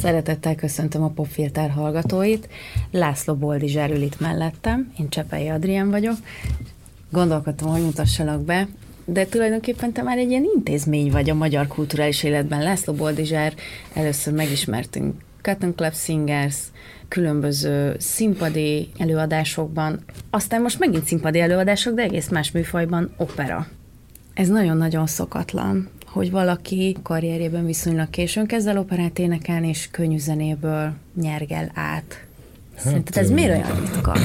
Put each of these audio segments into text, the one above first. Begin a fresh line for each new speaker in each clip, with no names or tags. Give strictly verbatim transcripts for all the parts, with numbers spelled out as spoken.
Szeretettel köszöntöm a Popfilter hallgatóit. László Boldizsár ül itt mellettem, én Csepei Adrián vagyok. Gondolkodtam, hogy mutassalak be, de tulajdonképpen te már egy ilyen intézmény vagy a magyar kulturális életben. László Boldizsár, először megismertünk Cotton Club Singers, különböző színpadi előadásokban, aztán most megint színpadi előadások, de egész más műfajban opera. Ez nagyon-nagyon szokatlan, hogy valaki karrierjében viszonylag későn kezd el operát énekelni, és könnyű zenéből nyergel át. Hát, szerinted ez miért olyan ritka?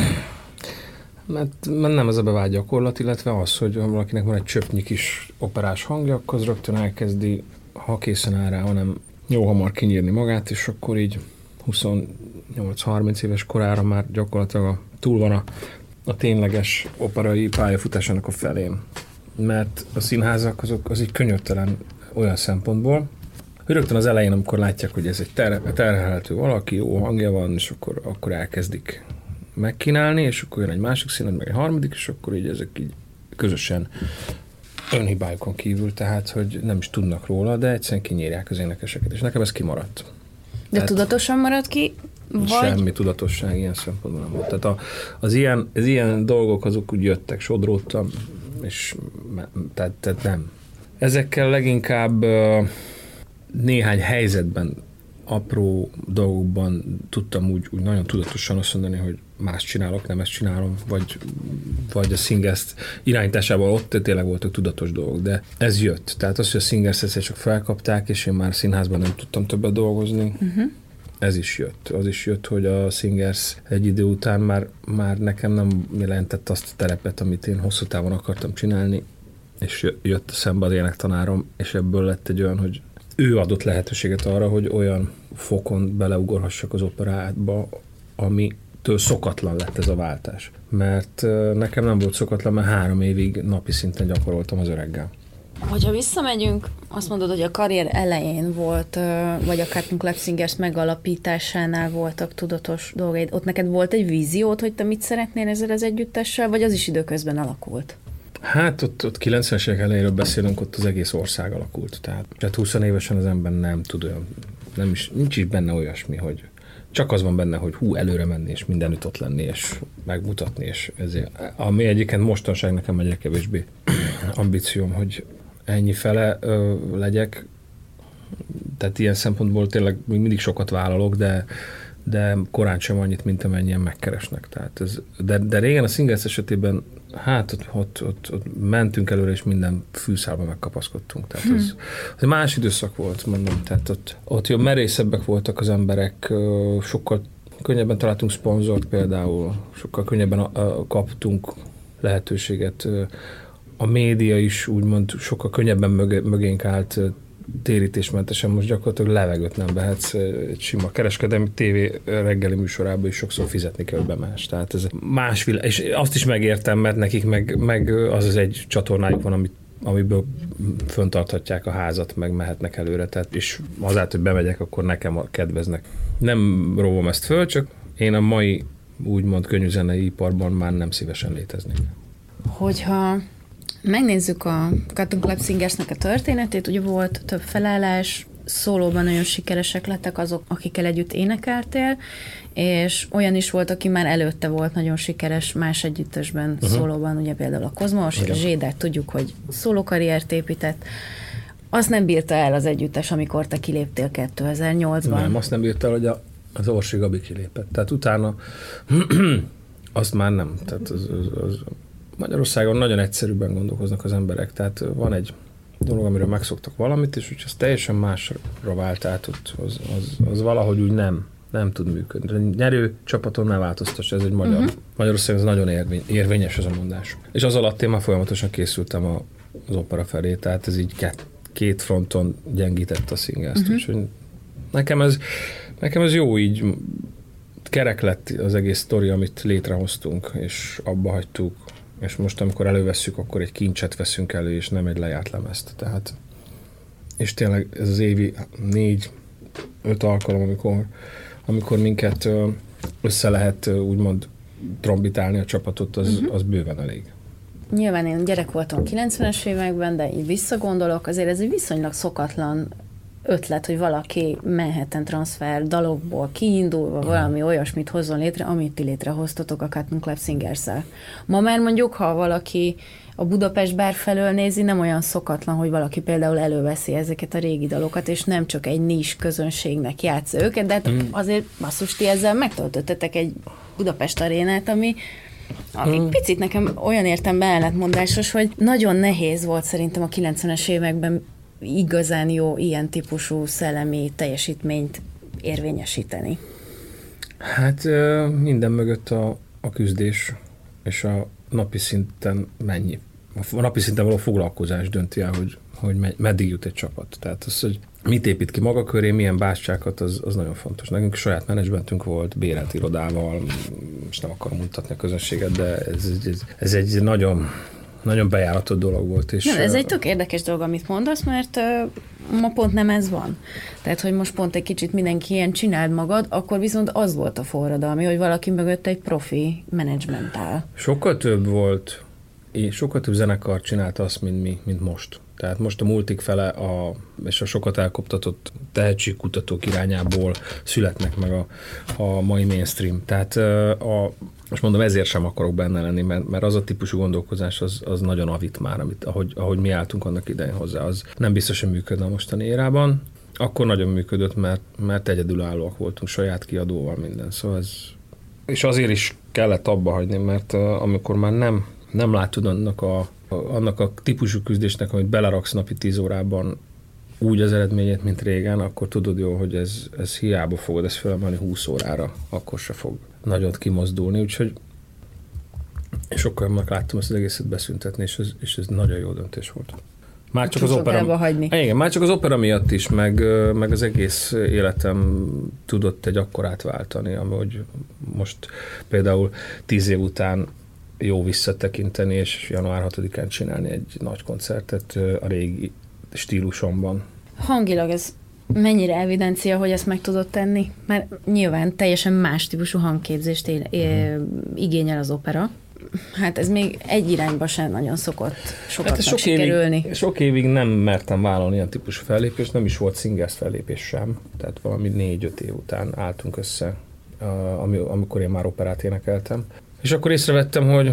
Mert nem ez a bevált gyakorlat, illetve az, hogy valakinek van egy csöpnyi kis operás hangja, akkor az rögtön elkezdi, ha készen áll rá, hanem jó hamar kinyírni magát, és akkor így huszonnyolc-harminc éves korára már gyakorlatilag a, túl van a, a tényleges operai pályafutásának a felén. Mert a színházak azok az így könyörtelen olyan szempontból, hogy rögtön az elején, amikor látják, hogy ez egy ter- terhelhető valaki, jó hangja van, és akkor, akkor elkezdik megkínálni, és akkor jön egy másik színed, meg egy harmadik, és akkor így ezek így közösen önhibájukon kívül, tehát, hogy nem is tudnak róla, de egyszerűen kinyírják az énekeseket, és nekem ez kimaradt.
De
tehát
tudatosan maradt ki? Vagy...
Semmi tudatosság ilyen szempontból nem volt. Tehát a, az, ilyen, az ilyen dolgok azok úgy jöttek, sodródtam, és tehát, tehát nem. Ezekkel leginkább uh, néhány helyzetben, apró dolgokban tudtam úgy, úgy nagyon tudatosan azt mondani, hogy más csinálok, nem ezt csinálom, vagy, vagy a Singers irányításában ott tényleg voltak tudatos dolgok, de ez jött. Tehát az, hogy a Singers egyszer csak felkapták, és én már színházban nem tudtam többet dolgozni, uh-huh. ez is jött. Az is jött, hogy a Singers egy idő után már, már nekem nem jelentett azt a terepet, amit én hosszú távon akartam csinálni, és jött szembe az énektanárom, és ebből lett egy olyan, hogy ő adott lehetőséget arra, hogy olyan fokon beleugorhassak az operátba, amitől szokatlan lett ez a váltás. Mert nekem nem volt szokatlan, mert három évig napi szinten gyakoroltam az öreggel.
Hogyha visszamegyünk, azt mondod, hogy a karrier elején volt, vagy a Cotton Club Singers megalapításánál voltak tudatos dolgaid. Ott neked volt egy víziód, hogy te mit szeretnél ezzel az együttessel, vagy az is időközben alakult?
Hát ott, ott kilencvenes évek elejéről beszélünk, ott az egész ország alakult. Tehát, tehát húsz évesen az ember nem tud olyan, nem is, nincs is benne olyasmi, hogy csak az van benne, hogy hú, előre menni, és mindenütt ott lenni, és megmutatni, és ezért. Ami egyébként mostanság nekem egyre kevésbé ambícióm, hogy ennyi fele ö, legyek, tehát ilyen szempontból tényleg még mindig sokat vállalok, de de korán sem annyit, mint amennyien megkeresnek. Tehát ez, de, de régen a Singers esetében hát ott, ott, ott, ott mentünk előre, és minden fűszálba megkapaszkodtunk. Tehát hmm. az, az egy más időszak volt, mondom. Tehát ott, ott jobb merészebbek voltak az emberek, sokkal könnyebben találtunk szponzort például, sokkal könnyebben a, a, kaptunk lehetőséget. A média is úgymond sokkal könnyebben mögé, mögénk állt, térítésmentesen, most gyakorlatilag levegőt nem vehetsz, egy sima kereskedelmi tévé reggeli műsorában is sokszor fizetni kell, hogy bemáss. Tehát ez más világ, és azt is megértem, mert nekik meg, meg az az egy csatornájuk van, amit, amiből föntarthatják a házat, meg mehetnek előre, tehát, és azáltal, hogy bemegyek, akkor nekem kedveznek. Nem róvom ezt föl, csak én a mai úgymond könnyűzenei iparban már nem szívesen léteznék.
Hogyha megnézzük a Cotton Club Singersnek a történetét, ugye volt több felállás, szólóban nagyon sikeresek lettek azok, akikkel együtt énekeltél, és olyan is volt, aki már előtte volt nagyon sikeres más együttesben, uh-huh. szólóban, ugye például a Kozmos, a Zsédát tudjuk, hogy szólókarriert épített. Azt nem bírta el az együttes, amikor te kiléptél kétezer-nyolcban.
Nem, azt nem bírta el, hogy a, az Orsi Gabi kilépett. Tehát utána azt már nem. Tehát az, az, az Magyarországon nagyon egyszerűbben gondolkoznak az emberek, tehát van egy dolog, amiről megszoktak valamit, és úgy az teljesen másra vált át, az, az, az valahogy úgy nem, nem tud működni. Nyerő csapaton ne változtass, ez egy magyar. Uh-huh. Magyarországon ez nagyon érvény, érvényes ez a mondás. És az alatt én már folyamatosan készültem a, az opera felé, tehát ez így két, két fronton gyengített a Singers-t. Uh-huh. Úgyhogy nekem ez, nekem ez jó így, kerek lett az egész sztori, amit létrehoztunk, és abba hagytuk. És most, amikor elővesszük, akkor egy kincset veszünk elő, és nem egy lejárt lemezt. Tehát, és tényleg ez az évi négy, öt alkalom, amikor, amikor minket össze lehet úgymond trombitálni a csapatot, az, uh-huh. az bőven elég.
Nyilván én gyerek voltam kilencvenes években, de így visszagondolok, azért ez egy viszonylag szokatlan ötlet, hogy valaki Manhattan Transfer dalokból kiindulva valami olyasmit hozzon létre, amit ti létrehoztatok a Cotton Club Singers-szel. Ma már mondjuk, ha valaki a Budapest bár felől nézi, nem olyan szokatlan, hogy valaki például előveszi ezeket a régi dalokat, és nem csak egy nis közönségnek játsza őket, de hát mm. azért basszus, ti ezzel megtöltöttetek egy Budapest arénát, ami Egy mm. picit nekem olyan értelemben ellentmondásos, hogy nagyon nehéz volt szerintem a kilencvenes években igazán jó ilyen típusú szellemi teljesítményt érvényesíteni.
Hát minden mögött a, a küzdés és a napi szinten mennyi. A napi szinten való foglalkozás dönti el, hogy, hogy meddig jut egy csapat. Tehát az, hogy mit épít ki maga köré, milyen bástyákat, az, az nagyon fontos. Nekünk saját menedzsmentünk volt, bérelt irodával, és nem akarom mutatni a közönséget, de ez, ez, ez egy nagyon, nagyon bejáratott dolog volt. És
nem, ez egy tök érdekes dolog, amit mondasz, mert uh, ma pont nem ez van. Tehát, hogy most pont egy kicsit mindenki ilyen csináld magad, akkor viszont az volt a forradalmi, hogy valaki mögött egy profi menedzsment áll.
Sokkal több volt, és sokkal több zenekar csinálta azt, mint mi, mint most. Tehát most a multik fele a, és a sokat elkoptatott tehetségkutatók irányából születnek meg a, a mai mainstream. Tehát a, most mondom, ezért sem akarok benne lenni, mert, mert az a típusú gondolkozás az, az nagyon avit már, amit, ahogy, ahogy mi álltunk annak idején hozzá. Az nem biztos, hogy működne a mostani érában. Akkor nagyon működött, mert, mert egyedülállóak voltunk, saját kiadóval minden. Szóval ez, és azért is kellett abba hagyni, mert amikor már nem, nem látod annak a annak a típusú küzdésnek, amit beleraksz napi tíz órában úgy az eredményét, mint régen, akkor tudod jól, hogy ez, ez hiába fogod ezt felemelni húsz órára, akkor se fog nagyot kimozdulni, úgyhogy sokkal meg láttam ezt az egészet beszüntetni, és ez, és ez nagyon jó döntés volt. Már csak, az opera, igen, már csak az opera miatt is, meg, meg az egész életem tudott egy akkorát váltani, ahogy most például tíz év után jó visszatekinteni, és január hatodikán csinálni egy nagy koncertet a régi stílusomban.
Hangilag ez mennyire evidencia, hogy ezt meg tudod tenni? Mert nyilván teljesen más típusú hangképzést él, é, igényel az opera. Hát ez még egy irányba sem nagyon szokott sokat hát sok sikerülni.
Évig, sok évig nem mertem vállalni ilyen típusú fellépést, nem is volt singers fellépés sem. Tehát valami négy-öt év után álltunk össze, amikor én már operát énekeltem. És akkor észrevettem, hogy,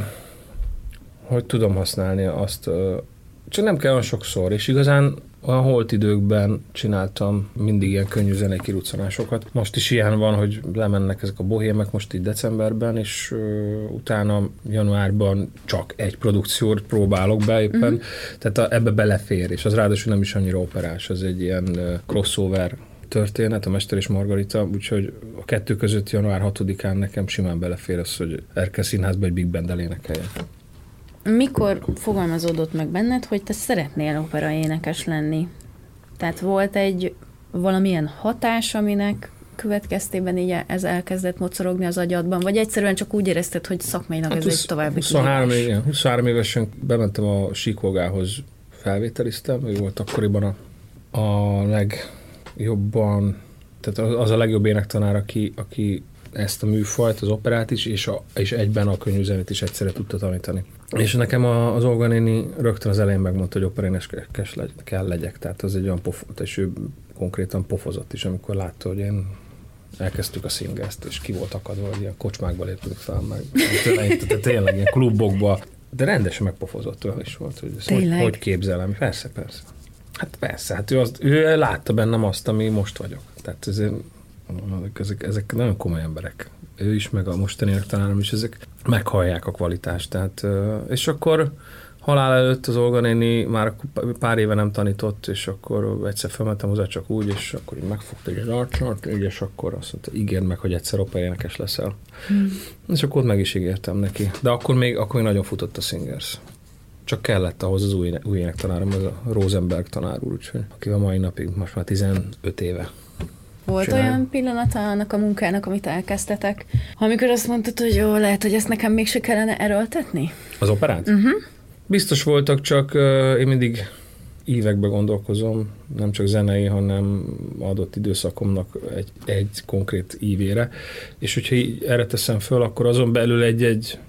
hogy tudom használni azt, csak nem kell olyan sokszor, és igazán a holt időkben csináltam mindig ilyen könnyű zenei kiruccanásokat. Most is ilyen van, hogy lemennek ezek a bohémek most így decemberben, és uh, utána januárban csak egy produkciót próbálok be éppen, uh-huh. tehát a, ebbe belefér, és az ráadásul nem is annyira operás, az egy ilyen uh, crossover történet, a Mester és Margarita, úgyhogy a kettő között január hatodikán nekem simán belefér az, hogy Erkel Színházba egy big band-del énekeljen.
Mikor fogalmazódott meg benned, hogy te szeretnél operaénekes lenni? Tehát volt egy valamilyen hatás, aminek következtében így ez elkezdett mocorogni az agyadban, vagy egyszerűen csak úgy érezted, hogy szakmailag hát ez egy további
huszonhárom, igen, huszonhárom évesen bementem a Síkvolgához, felvételiztem, ő volt akkoriban a, a legjobban, tehát az a legjobb énektanár, aki, aki ezt a műfajt, az operát is, és, a, és egyben a könnyű zenét is egyszerre tudta tanítani. És nekem a, az Olga néni rögtön az elején megmondta, hogy operénekes legy, kell legyek, tehát az egy olyan pofont, és ő konkrétan pofozott is, amikor látta, hogy én elkezdtük a Singers-t, és ki volt akadva, hogy ilyen kocsmákba léptünk fel, meg tehát tényleg ilyen klubokba, de rendesen megpofozott, olyan is volt, hogy ezt hogy, hogy képzelem. Persze, persze. Hát persze, hát ő, az, ő látta bennem azt, ami most vagyok. Tehát ezért, ezek, ezek nagyon komoly emberek. Ő is, meg a mostani tanárom is, ezek meghallják a kvalitást. Tehát, és akkor halál előtt az Olga néni már pár éve nem tanított, és akkor egyszer felmentem hozzá csak úgy, és akkor így megfogta egy arcot, és akkor azt mondta, ígérd meg, hogy egyszer operénekes leszel. Hmm. És akkor ott meg is ígértem neki. De akkor még, akkor még nagyon futott a Singers. Csak kellett ahhoz az új, új énektanárom, az a Rosenberg tanár úr, úgyhogy akivel mai napig most már tizenöt éve.
Volt csinálj. Olyan pillanata annak a munkának, amit elkezdtetek, amikor azt mondtad, hogy jó, lehet, hogy ezt nekem mégse kellene erőltetni?
Az operát?
Uh-huh.
Biztos voltak, csak uh, én mindig évekbe gondolkozom, nem csak zenei, hanem adott időszakomnak egy, egy konkrét ívére, és hogyha erre teszem föl, akkor azon belül egy-egy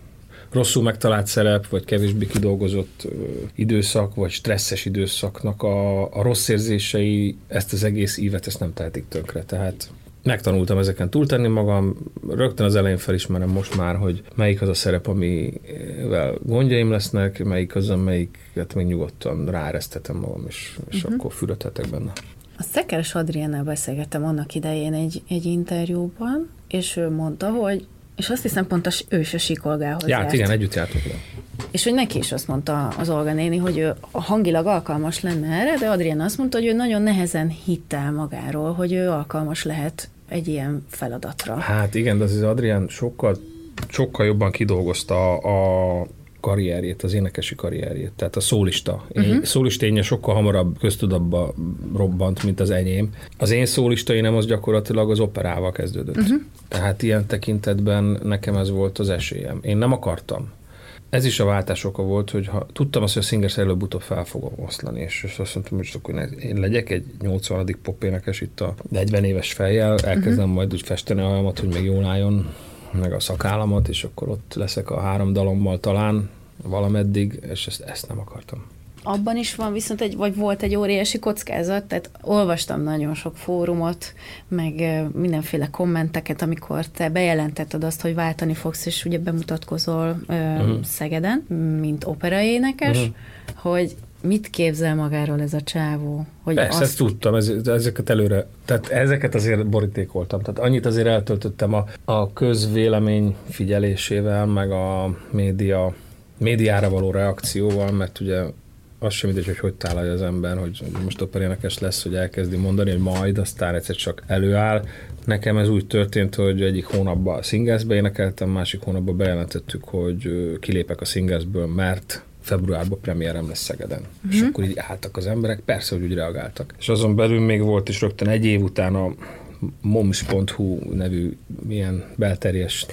rosszul megtalált szerep, vagy kevésbé kidolgozott ö, időszak, vagy stresszes időszaknak a, a rossz érzései ezt az egész ívet, ezt nem tehetik tönkre. Tehát megtanultam ezeken túltenni magam, rögtön az elején felismerem most már, hogy melyik az a szerep, amivel gondjaim lesznek, melyik az, amelyiket még nyugodtan ráereszthetem magam, és, és uh-huh. akkor fürödhetek benne.
A Szekeres Adriennel beszélgettem annak idején egy, egy interjúban, és ő mondta, hogy, és azt hiszem pont a, ő is a Sikolgához
járt.
járt.
Igen, együtt jártok le.
És hogy neki is azt mondta az Olga néni, hogy ő hangilag alkalmas lenne erre, de Adrien azt mondta, hogy ő nagyon nehezen hitt el magáról, hogy ő alkalmas lehet egy ilyen feladatra.
Hát igen, de az Adrien sokkal, sokkal jobban kidolgozta a karrierjét, az énekesi karrierjét, tehát a szólista. Uh-huh. Szólisténye sokkal hamarabb köztudatba robbant, mint az enyém. Az én szólistaénem az gyakorlatilag az operával kezdődött. Uh-huh. Tehát ilyen tekintetben nekem ez volt az esélyem. Én nem akartam. Ez is a váltás oka volt, hogy ha tudtam azt, hogy a Singers előbb-utóbb fel fogom oszlani, és, és azt mondtam, hogy akkor én legyek egy nyolcvanadik popénekes itt a negyven éves fejjel, elkezdem uh-huh. majd úgy festeni a hajamat, hogy még jól álljon, meg a szakállamat, és akkor ott leszek a három dalommal talán valameddig, és ezt, ezt nem akartam.
Abban is van viszont egy, vagy volt egy óriási kockázat, tehát olvastam nagyon sok fórumot, meg mindenféle kommenteket, amikor te bejelentetted azt, hogy váltani fogsz, és ugye bemutatkozol uh-huh. Szegeden, mint operaénekes, uh-huh. hogy mit képzel magáról ez a csávó? Hogy
Persze,
azt...
ezt tudtam, ez, ezeket előre, tehát ezeket azért borítékoltam, tehát annyit azért eltöltöttem a, a közvélemény figyelésével, meg a média, médiára való reakcióval, mert ugye az sem mindegy, hogy hogy tálalja az ember, hogy most operénekes lesz, hogy elkezdi mondani, hogy majd, aztán egyszer csak előáll. Nekem ez úgy történt, hogy egyik hónapban a Singersbe énekeltem, másik hónapban bejelentettük, hogy kilépek a Singersből, mert februárban premierem lesz Szegeden. Mm-hmm. És akkor így álltak az emberek, persze, hogy úgy reagáltak. És azon belül még volt is rögtön egy év után a moms pont hu nevű ilyen belterjes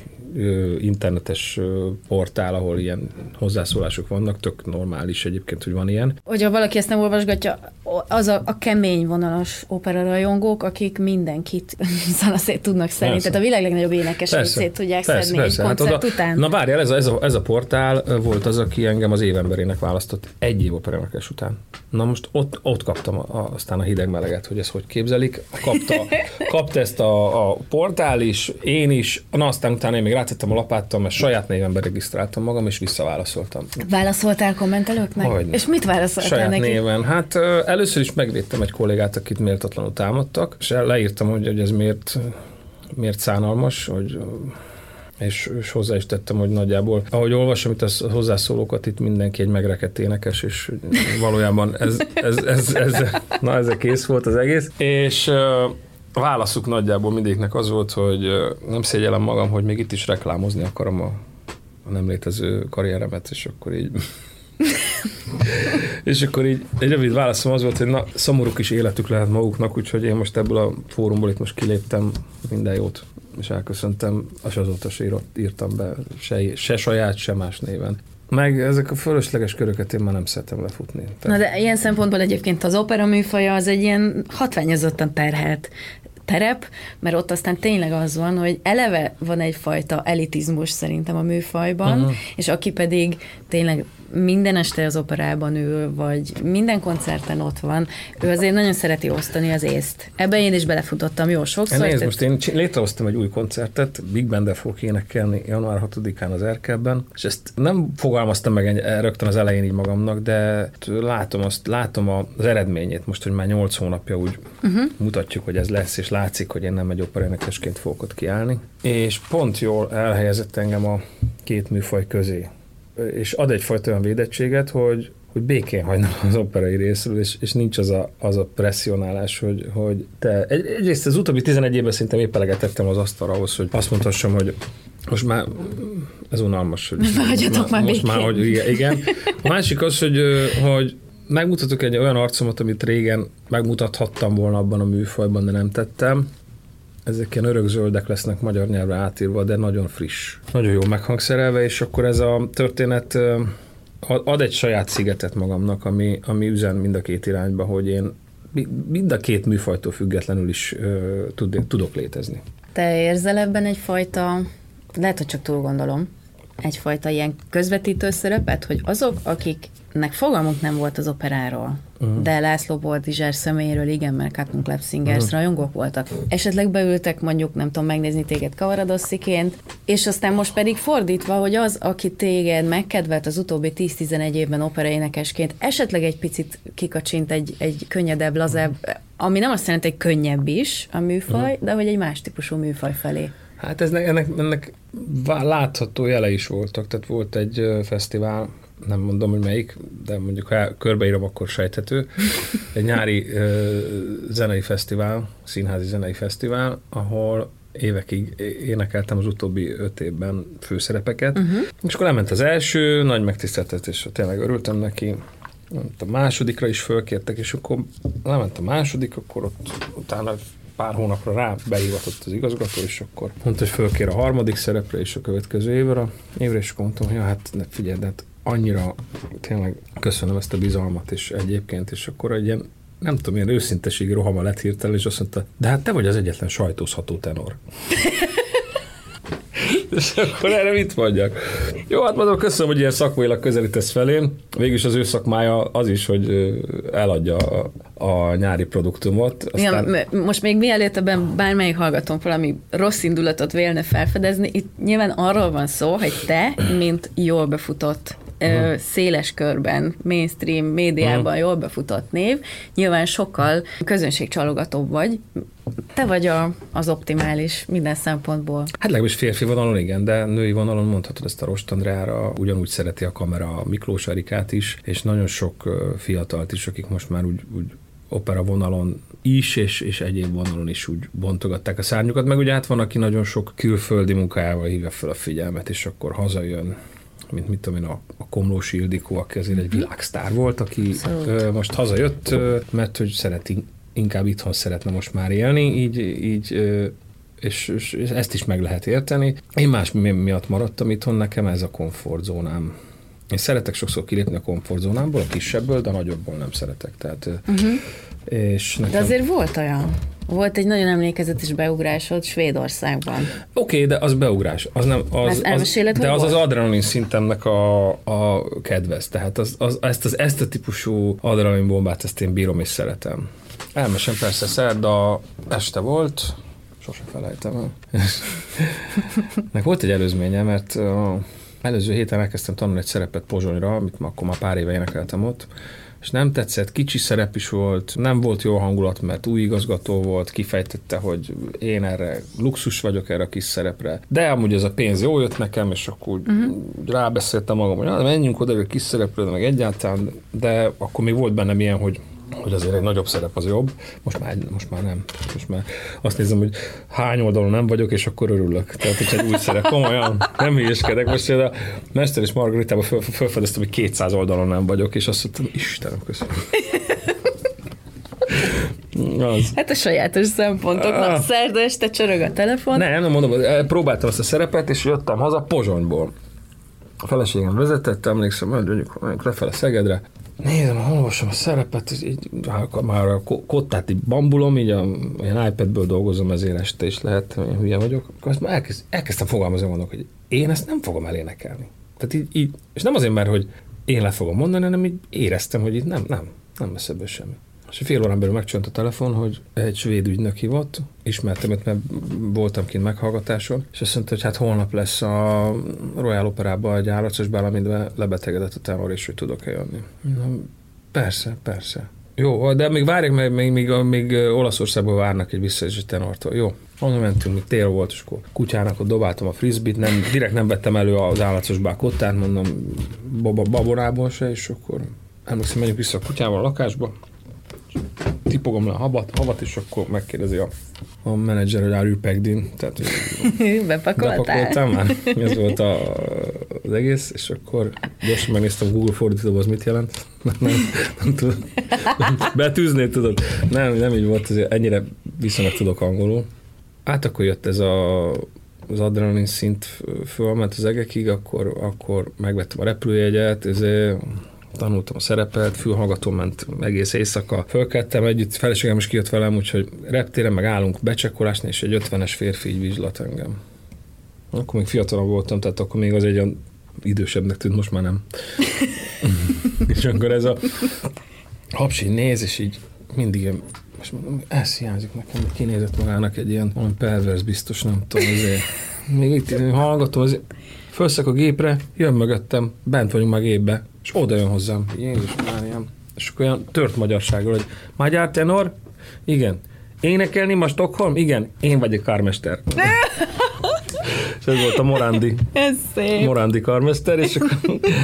internetes portál, ahol ilyen hozzászólások vannak, tök normális egyébként, hogy van ilyen.
Hogyha valaki ezt nem olvasgatja, az a, a kemény vonalas operarajongók, akik mindenkit szanaszét tudnak szedni. Tehát a világ legnagyobb énekesét szét tudják persze, szedni persze. Koncert hát oda, után.
Na várjál, ez a, ez, a, ez a portál volt az, aki engem az évemberének választott egy év operénekes után. Na most ott, ott kaptam a, aztán a hideg meleget, hogy ezt hogy képzelik. Kapta, kapta ezt a, a portál is, én is, na aztán utána én még rátettem a lapáttal, mert saját névemben regisztráltam magam, és visszaválaszoltam.
Válaszoltál kommentelőknek?
Hogyne.
És mit válaszoltál
saját
neki?
néven. Hát először is megvédtem egy kollégát, akit méltatlanul támadtak, és leírtam, hogy, hogy ez miért, miért szánalmas, hogy És, és hozzá is tettem, hogy nagyjából, ahogy olvasom itt a hozzászólókat, itt mindenki egy megrekedt énekes, és valójában ez, ez, ez, ez, na ezzel kész volt az egész. És a válaszuk nagyjából mindegyiknek az volt, hogy nem szégyellem magam, hogy még itt is reklámozni akarom a, a nem létező karrieremet, és akkor így... és akkor így egy rövid válaszom az volt, hogy na, szomorú kis életük lehet maguknak, úgyhogy én most ebből a fórumból itt most kiléptem, minden jót, és elköszöntem, és azóta se írott, írtam be se, se saját, se más néven. Meg ezek a fölösleges köröket én már nem szeretem lefutni.
Tehát... Na de ilyen szempontból egyébként az opera műfaja az egy ilyen hatványozottan terhelt terep, mert ott aztán tényleg az van, hogy eleve van egyfajta elitizmus szerintem a műfajban, uh-huh. és aki pedig tényleg minden este az operában ül, vagy minden koncerten ott van, ő azért nagyon szereti osztani az észt. Ebben én is belefutottam jó sokszor.
Nézd, tehát... most én létrehoztam egy új koncertet, Big Band-del fogok énekelni január hatodikán az Erkelben, és ezt nem fogalmaztam meg rögtön az elején így magamnak, de látom azt, látom az eredményét most, hogy már nyolc hónapja úgy uh-huh. mutatjuk, hogy ez lesz, és látszik, hogy én nem egy operaénekesként fogok ott kiállni. És pont jól elhelyezett engem a két műfaj közé. És ad egyfajta olyan védettséget, hogy, hogy békén hagynak az operai részről, és, és nincs az a, az a presszionálás, hogy, hogy te... Egy, egyrészt az utóbbi tizenegy évben szinte épp eleget tettem az asztalra ahhoz, hogy azt mondhassam, hogy most már ez unalmas, hogy
most már,
most már, hogy igen. A másik az, hogy, hogy megmutatok egy olyan arcomat, amit régen megmutathattam volna abban a műfajban, de nem tettem. Ezek ilyen örökzöldek lesznek magyar nyelvre átírva, de nagyon friss. Nagyon jó meghangszerelve, és akkor ez a történet ad egy saját szigetet magamnak, ami, ami üzen mind a két irányba, hogy én mind a két műfajtól függetlenül is tud, tudok létezni.
Te érzel ebben egyfajta, lehet, hogy csak túl gondolom, egyfajta ilyen közvetítő szerepet, hogy azok, akiknek fogalmuk nem volt az operáról, uh-huh. de László Boldizsár személyéről igen, mert Cotton Club Singers uh-huh. rajongók voltak. Esetleg beültek mondjuk, nem tudom, megnézni téged Kavaradossziként, és aztán most pedig fordítva, hogy az, aki téged megkedvelt az utóbbi tíz-tizenegy évben operaénekesként, esetleg egy picit kikacsint egy, egy könnyedebb, lazább, ami nem azt jelenti, hogy könnyebb is a műfaj, uh-huh. de hogy egy más típusú műfaj felé.
Hát ez, ennek, ennek látható jele is voltak, tehát volt egy fesztivál, nem mondom, hogy melyik, de mondjuk ha körbeírom, akkor sejthető, egy nyári uh, zenei fesztivál, színházi zenei fesztivál, ahol évekig énekeltem az utóbbi öt évben főszerepeket, uh-huh. és akkor lement az első, nagy megtiszteltetés, tényleg örültem neki, a másodikra is fölkértek, és akkor lement a második, akkor ott utána pár hónapra rá behivatott az igazgató, és akkor mondta, hogy fölkér a harmadik szerepre, és a következő évre, évre és akkor mondtam, hogy ja, hát figyelj, de hát annyira tényleg köszönöm ezt a bizalmat, és egyébként, és akkor egy ilyen, nem tudom, ilyen őszinteségi rohama lett hirtelen, és azt mondta, de hát te vagy az egyetlen sajtózható tenor. És akkor erre mit mondjak? Jó, hát mondom, köszönöm, hogy ilyen szakmailag közelítesz felém. Végülis az ő szakmája az is, hogy eladja a, a nyári produktumot.
Aztán... Ja, most még mielőtt ebben bármelyik hallgatom valami rossz indulatot vélne felfedezni, itt nyilván arról van szó, hogy te, mint jól befutott, uh-huh. széles körben, mainstream médiában uh-huh. jól befutott név, nyilván sokkal közönségcsalogatóbb vagy. Te vagy a, az optimális minden szempontból. Hát
legalábbis férfi vonalon igen, de női vonalon mondhatod ezt a Rost Andreára, ugyanúgy szereti a kamera a Miklós Erikát is, és nagyon sok fiatalt is, akik most már úgy, úgy opera vonalon is, és, és egyéb vonalon is úgy bontogatták a szárnyukat, meg ugye hát van, aki nagyon sok külföldi munkájával hívja fel a figyelmet, és akkor hazajön, mint mit tudom én, a, a Komlósi Ildikó, aki azért egy világsztár volt, aki ö, most hazajött, ö, mert hogy szereti, inkább itthon szeretne most már élni, így, így ö, és, és ezt is meg lehet érteni. Én más miatt maradtam itthon, nekem ez a komfortzónám. Én szeretek sokszor kilépni a komfortzónámból, a kisebbből, de a nagyobbból nem szeretek. Tehát, uh-huh. és nekem...
De azért volt olyan. Volt egy nagyon emlékezetes beugrásod Svédországban.
Oké, okay, de az beugrás. Az nem, az, az, de az az adrenalin szintemnek a, a kedvez. Tehát az, az, ezt, az, ezt a típusú adrenalin bombát, ezt én bírom és szeretem. Elmesem persze, szerda este volt, sose felejtem el. Nek volt egy előzménye, mert uh, előző héten elkezdtem tanulni egy szerepet Pozsonyra, amit ma, akkor már pár éve énekeltem ott, és nem tetszett, kicsi szerep is volt, nem volt jó hangulat, mert új igazgató volt, kifejtette, hogy én erre luxus vagyok erre a kis szerepre, de amúgy ez a pénz jó jött nekem, és akkor uh-huh. rábeszéltem magam, hogy menjünk oda a kis szerepre, de meg egyáltalán, de akkor még volt bennem ilyen, hogy hogy azért egy nagyobb szerep az jobb, most már, most már nem. Most már azt nézem, hogy hány oldalon nem vagyok, és akkor örülök. Tehát, hogy egy új szerep, komolyan, nem hülyeskedek. Most a Mester és Margaritában föl, fölfedeztem, hogy kétszáz oldalon nem vagyok, és azt mondtam, Istenem, köszönöm. Az.
Hát a sajátos szempontok. Na, szerda este csörög a telefon.
Nem, nem mondom, próbáltam azt a szerepet, és jöttem haza Pozsonyból. A feleségem vezetett, emlékszem, mondjuk, mondjuk lefele Szegedre. Nézem, olvasom a szerepet, így, már a kottát így bambulom, így a, ilyen iPadből dolgozom, ezért este is lehet, én hülye vagyok. Akkor azt már elkezd, elkezdtem fogalmazni, mondok, hogy én ezt nem fogom elénekelni. Tehát így, így, és nem azért, mert hogy én le fogom mondani, hanem így éreztem, hogy itt nem, nem, nem lesz ebből semmi. És fél órán belül megcsönt a telefon, hogy egy svéd ügynök hívott, ismertem őt, mert voltam kint meghallgatáson, és azt mondta, hogy hát holnap lesz a Royal Operában egy állacos bál, amiben lebetegedett a tenor, és hogy tudok-e jönni. Na, persze, persze. Jó, de még várják, mert még, még, még Olaszországból várnak egy visszajelzést tenortól. Jó, onnan mentünk, még tél volt, és akkor kutyának ott dobáltam a frisbee-t, nem, direkt nem vettem elő az állacos bál kottát, mondom, babonából se, és akkor emlékszem, menjünk vissza a kutyával a lakásba, tipogom le a habat, habat, és akkor megkérdezi a, a menedzser, hogy are you packed in? Tehát,
bepakoltál?
Bepakoltam már. Ez volt a, az egész, és akkor gyorsan megnéztem Google fordítóban, az mit jelent. Nem, nem, nem tudom. Betűzni tudod. Nem, nem így volt, azért ennyire viszonylag tudok angolul. Hát akkor jött ez a, az adrenalin szint fölment az egekig, akkor, akkor megvettem a repülőjegyet, ezért tanultam a szerepet, fülhallgató ment egész éjszaka. Fölkeltem együtt, feleségem is kijött velem, úgyhogy reptéren meg állunk becsekkolásni, és egy ötvenes férfi így vizslat engem. Akkor még fiatalabb voltam, tehát akkor még az egy olyan idősebbnek tűnt, most már nem. És akkor ez a hapsi néz, és így mindig most mondom, ez hiányzik nekem, hogy kinézett magának egy ilyen olyan pervers biztos, nem tudom, azért. Még itt hallgatom, azért felszek a gépre, jön mögöttem, bent vagyunk már gépbe, és oda jön hozzám. Jézus Máriám. És akkor olyan tört magyarsággal, hogy magyar tenor? Igen. Énekelni ma Stockholm? Igen. Én vagyok karmester. És ez volt a Morandi.
Ez szép.
Morandi karmester, és akkor,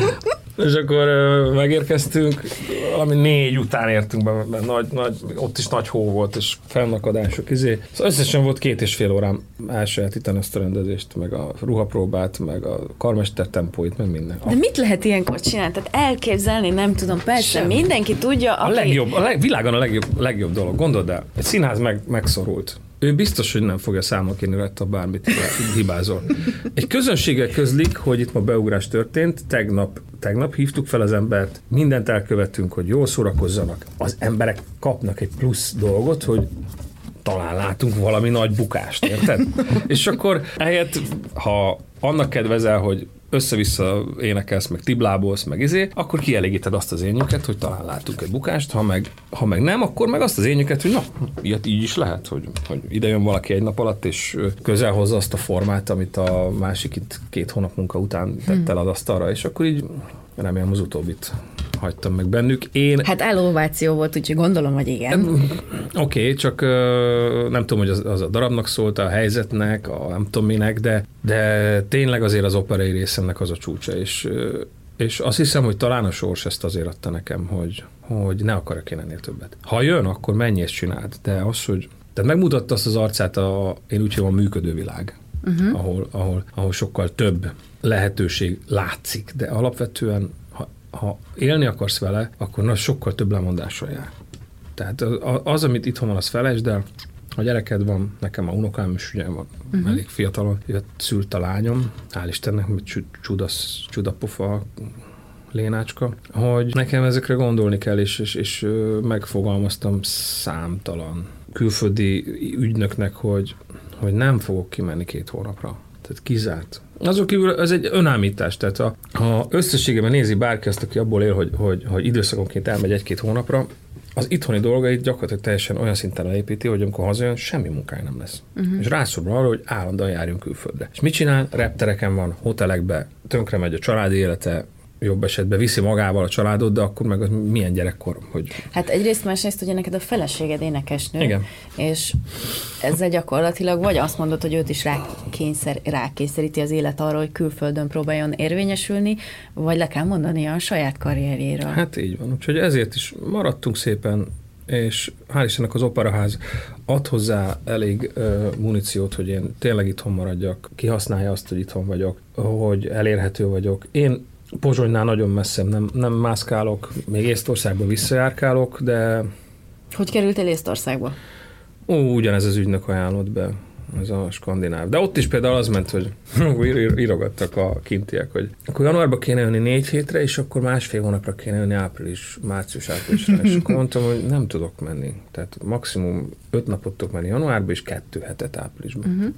és akkor megérkeztünk, valami négy után értünk be, mert nagy, nagy, ott is nagy hó volt, és fennakadások. Izé. Szóval összesen volt két és fél órám elsajátítani azt a rendezést, meg a ruhapróbát, meg a karmester tempóit, meg minden.
De mit lehet ilyenkor csinálni? Tehát elképzelni, nem tudom, persze, semmi. Mindenki tudja,
aki... A legjobb, a leg, világon a legjobb, legjobb dolog, gondold el, egy színház meg, megszorult. Ő biztos, hogy nem fogja számon kérni rajta, bármit hibázol. Egy közönséggel közlik, hogy itt ma beugrás történt, tegnap, tegnap hívtuk fel az embert, mindent elkövettünk, hogy jól szórakozzanak. Az emberek kapnak egy plusz dolgot, hogy talán látunk valami nagy bukást, érted? És akkor ehelyett, ha annak kedvezel, hogy össze-vissza énekelsz, meg tiblábolsz, meg izé, akkor kielégíted azt az énjüket, hogy talán látunk egy bukást, ha meg, ha meg nem, akkor meg azt az énjüket, hogy na, ilyet így is lehet, hogy, hogy ide jön valaki egy nap alatt, és közel hozza azt a formát, amit a másik itt két hónap munka után tett el az asztalra, és akkor így remélem az utóbbit hagytam meg bennük. Én...
Hát ellováció volt, úgyhogy gondolom, hogy igen.
Oké, okay, csak uh, nem tudom, hogy az, az a darabnak szólt, a helyzetnek, a nem tudom minek, de, de tényleg azért az operai részemnek az a csúcsa, és, uh, és azt hiszem, hogy talán a sors ezt azért adta nekem, hogy, hogy ne akarok én ennél többet. Ha jön, akkor mennyi ezt csináld, de az, hogy tehát megmutatta azt az arcát a, én úgy hívom, a működő világ, uh-huh. ahol, ahol, ahol sokkal több lehetőség látszik, de alapvetően ha élni akarsz vele, akkor na, sokkal több lemondással jár. Tehát az, amit itthon van, az felejtsd el. Ha gyereked van, nekem a unokám is ugye van, uh-huh. elég fiatalon, jött, szült a lányom, hál' Istennek, csudasz, csudapofa Lénácska, hogy nekem ezekre gondolni kell, és, és, és megfogalmaztam számtalan külföldi ügynöknek, hogy, hogy nem fogok kimenni két hónapra. Tehát kizárt. Azon kívül ez egy önállítás, tehát ha, ha összességében nézi bárki azt, aki abból él, hogy, hogy, hogy időszakonként elmegy egy-két hónapra, az itthoni dolgait gyakorlatilag teljesen olyan szinten leépíti, hogy amikor hazajön, semmi munkája nem lesz. Uh-huh. És rászorul arra, hogy állandóan járjunk külföldre. És mit csinál? Reptereken van, hotelekbe, tönkre megy a családi élete, jobb esetben viszi magával a családot, de akkor meg az milyen gyerekkor, hogy...
Hát egyrészt, másrészt ugye neked a feleséged énekesnő,
igen.
És ezzel gyakorlatilag vagy azt mondod, hogy őt is rákényszer, rákényszeríti az élet arra, hogy külföldön próbáljon érvényesülni, vagy le kell mondani a saját karrierjéről.
Hát így van, úgyhogy ezért is maradtunk szépen, és hál' Istennek az Operaház ad hozzá elég uh, muníciót, hogy én tényleg itthon maradjak, kihasználja azt, hogy itthon vagyok, hogy elérhető vagyok. Én Pozsonynál nagyon messze nem, nem mászkálok, még Észtországba visszajárkálok, de...
Hogy kerültél Észtországba?
Ó, ugyanez az ügynök ajánlott be, ez a skandináv. De ott is például az ment, hogy írogattak a kintiek, hogy akkor januárban kéne jönni négy hétre, és akkor másfél hónapra kéne jönni április, március, áprilisra. És akkor mondtam, hogy nem tudok menni. Tehát maximum öt napot tudok menni januárban, és kettő hetet áprilisban. Uh-huh.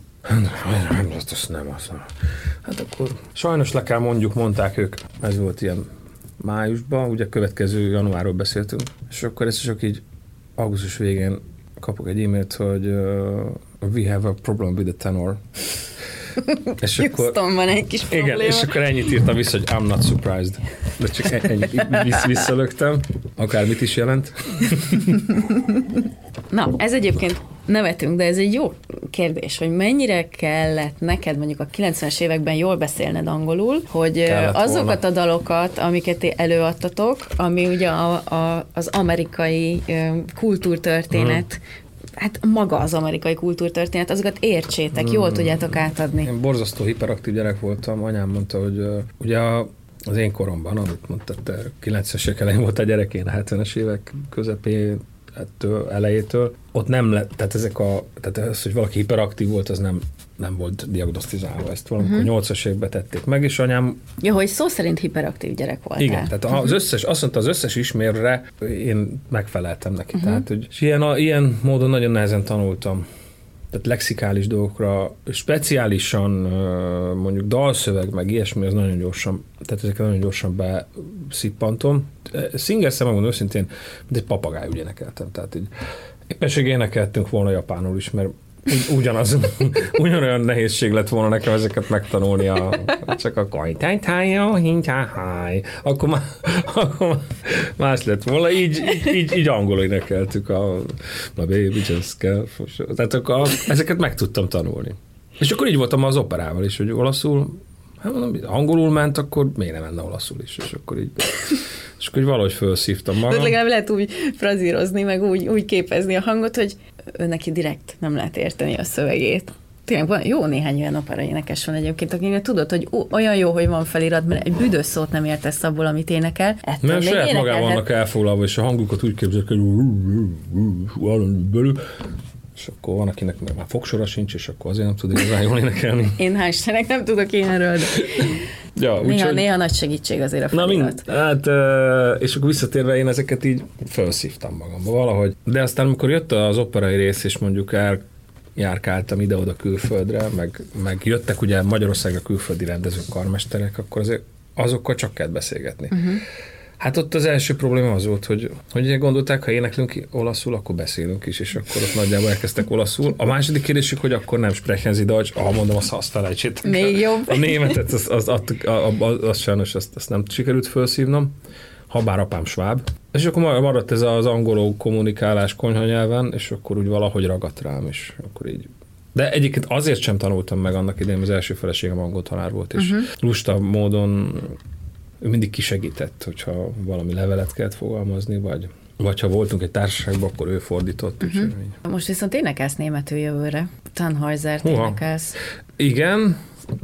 Nem, azt nem azt. Hát akkor sajnos le kell mondjuk, mondták ők, ez volt ilyen májusban, ugye következő januárról beszéltünk, és akkor ezt csak így augusztus végén kapok egy e-mailt, hogy uh, we have a problem with the tenor. És akkor,
van egy kis probléma.
Igen, és akkor ennyit írtam vissza, hogy I'm not surprised. De csak ennyit vissz, visszalögtem, akármit is jelent.
Na, ez egyébként nevetünk, de ez egy jó kérdés, hogy mennyire kellett neked mondjuk a kilencvenes években jól beszélned angolul, hogy kellett azokat volna. A dalokat, amiket előadtatok, ami ugye a, a, az amerikai kultúrtörténet, hmm. hát maga az amerikai kultúrtörténet, azokat értsétek, hmm. jól tudjátok átadni. Én
borzasztó hiperaktív gyerek voltam, anyám mondta, hogy uh, ugye a, az én koromban, amit mondtad, te kilencvenes évek elején volt a gyerek, én a hetvenes évek közepén, ettől, elejétől, ott nem lett, tehát ezek a, tehát az, hogy valaki hiperaktív volt, az nem, nem volt diagnosztizálva. Ezt valamikor uh-huh. nyolcas évben tették meg, és anyám...
Ja, hogy szó szerint hiperaktív gyerek voltál.
Igen, tehát uh-huh. az összes, azt mondta, az összes ismérre én megfeleltem neki. Uh-huh. Tehát, hogy, és ilyen, a, ilyen módon nagyon nehezen tanultam tehát lexikális dolgokra, speciálisan mondjuk dalszöveg, meg ilyesmi, az nagyon gyorsan, tehát ezeket nagyon gyorsan beszippantom. Singer-szel megmondom őszintén, mint egy papagáj úgy énekeltem, tehát így éppenség énekeltünk volna japánul is, mert ugyanaz, ugyanolyan nehézség lett volna nekem ezeket megtanulni, a, csak a kajtájtája, hintáháj, akkor már, akkor már más lett volna, így, így, így angolul énekeltük a, a baby just kell, tehát akkor ezeket meg tudtam tanulni. És akkor így voltam az operával is, hogy olaszul, hát mondom, angolul ment, akkor miért nem menne olaszul is, és akkor így... És akkor valahogy felszívtam magam.
De legalább lehet úgy frazírozni, meg úgy, úgy képezni a hangot, hogy ő neki direkt nem lehet érteni a szövegét. Tényleg van, jó néhány olyan opera énekes van egyébként, akinek tudod, hogy ó, olyan jó, hogy van felirat, mert egy büdös szót nem értesz abból, amit énekel.
Ettől mert saját magával vannak elfoglalva, és a hangukat úgy képzelik, hogy belül, és akkor van, akinek már fogsora sincs, és akkor azért nem tud igazán jól énekelni.
Én hál' Istennek nem tudok ilyenről, de
ja,
néha,
úgy,
néha nagy segítség azért a felirat.
Na, mind, hát, és akkor visszatérve én ezeket így felszívtam magamba valahogy. De aztán, amikor jött az operai rész, és mondjuk eljárkáltam ide-oda külföldre, meg, meg jöttek ugye Magyarországra külföldi rendezők, karmesterek, akkor azért azokkal csak kell beszélgetni. Uh-huh. Hát ott az első probléma az volt, hogy, hogy gondolták, ha éneklünk olaszul, akkor beszélünk is, és akkor ott nagyjából elkezdtek olaszul. A második kérdésük, hogy akkor nem sprechen Sie Deutsch, ah, mondom, azt, azt felejtsétek.
Még jobb.
A németet, az, az, az, az, az sajnos azt, azt nem sikerült felszívnom, ha bár apám sváb. És akkor maradt ez az angoló kommunikálás konyhanyelven, és akkor úgy valahogy ragadt rám, és akkor így. De egyébként azért sem tanultam meg annak idején, az első feleségem angol tanár volt, és uh-huh. lusta módon ő mindig kisegített, hogyha valami levelet kellett fogalmazni, vagy, vagy ha voltunk egy társaságban, akkor ő fordított. Uh-huh. Úgy,
most viszont énekelsz németül jövőre. Tannhäusert énekelsz.
Igen,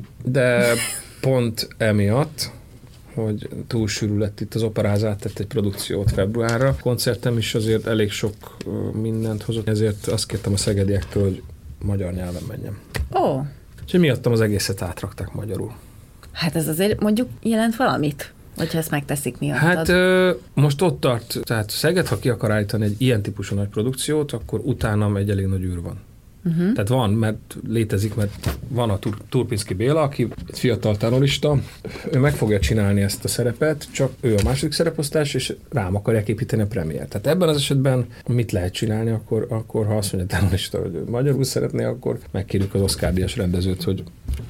de pont emiatt, hogy túl sűrű lett itt az operázát, tett egy produkciót februárra. A koncertem is azért elég sok mindent hozott, ezért azt kértem a szegediektől, hogy magyar nyelven menjem.
Ó. Oh.
És miattam az egészet átrakták magyarul.
Hát ez azért mondjuk jelent valamit, hogyha ezt megteszik miattad.
Hát ö, most ott tart, tehát Szeged, ha ki akar állítani egy ilyen típusú nagy produkciót, akkor utánam egy elég nagy űr van. Uh-huh. Tehát van, mert létezik, mert van a Tur- Turpinszky Béla, aki egy fiatal tenorista, ő meg fogja csinálni ezt a szerepet, csak ő a második szereposztás, és rám akarják építeni a premiért. Tehát ebben az esetben mit lehet csinálni, akkor, akkor ha azt mondja a tenorista, hogy magyarul szeretné, akkor megkérjük az Oscar-díjas rendezőt, hogy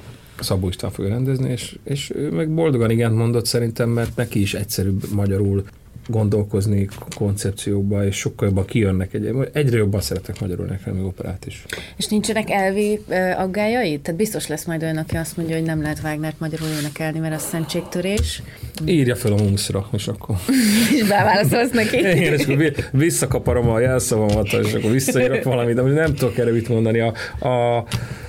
Szabó István fogja rendezni, és, és ő meg boldogan igent mondott szerintem, mert neki is egyszerűbb magyarul gondolkozni koncepciókba, és sokkal jobban kijönnek. Egy, egyre jobban szeretek magyarul nekem operát is.
És nincsenek elvi aggályai? Tehát biztos lesz majd olyan, aki azt mondja, hogy nem lehet Wagnert magyarul énekelni, mert az szentségtörés.
Írja fel a munkszra, és akkor...
és beválaszolsz neki.
Igen, és akkor visszakaparom a jelszavamat, és akkor visszaírok valamit, de nem tudok erre mit mondani. A, a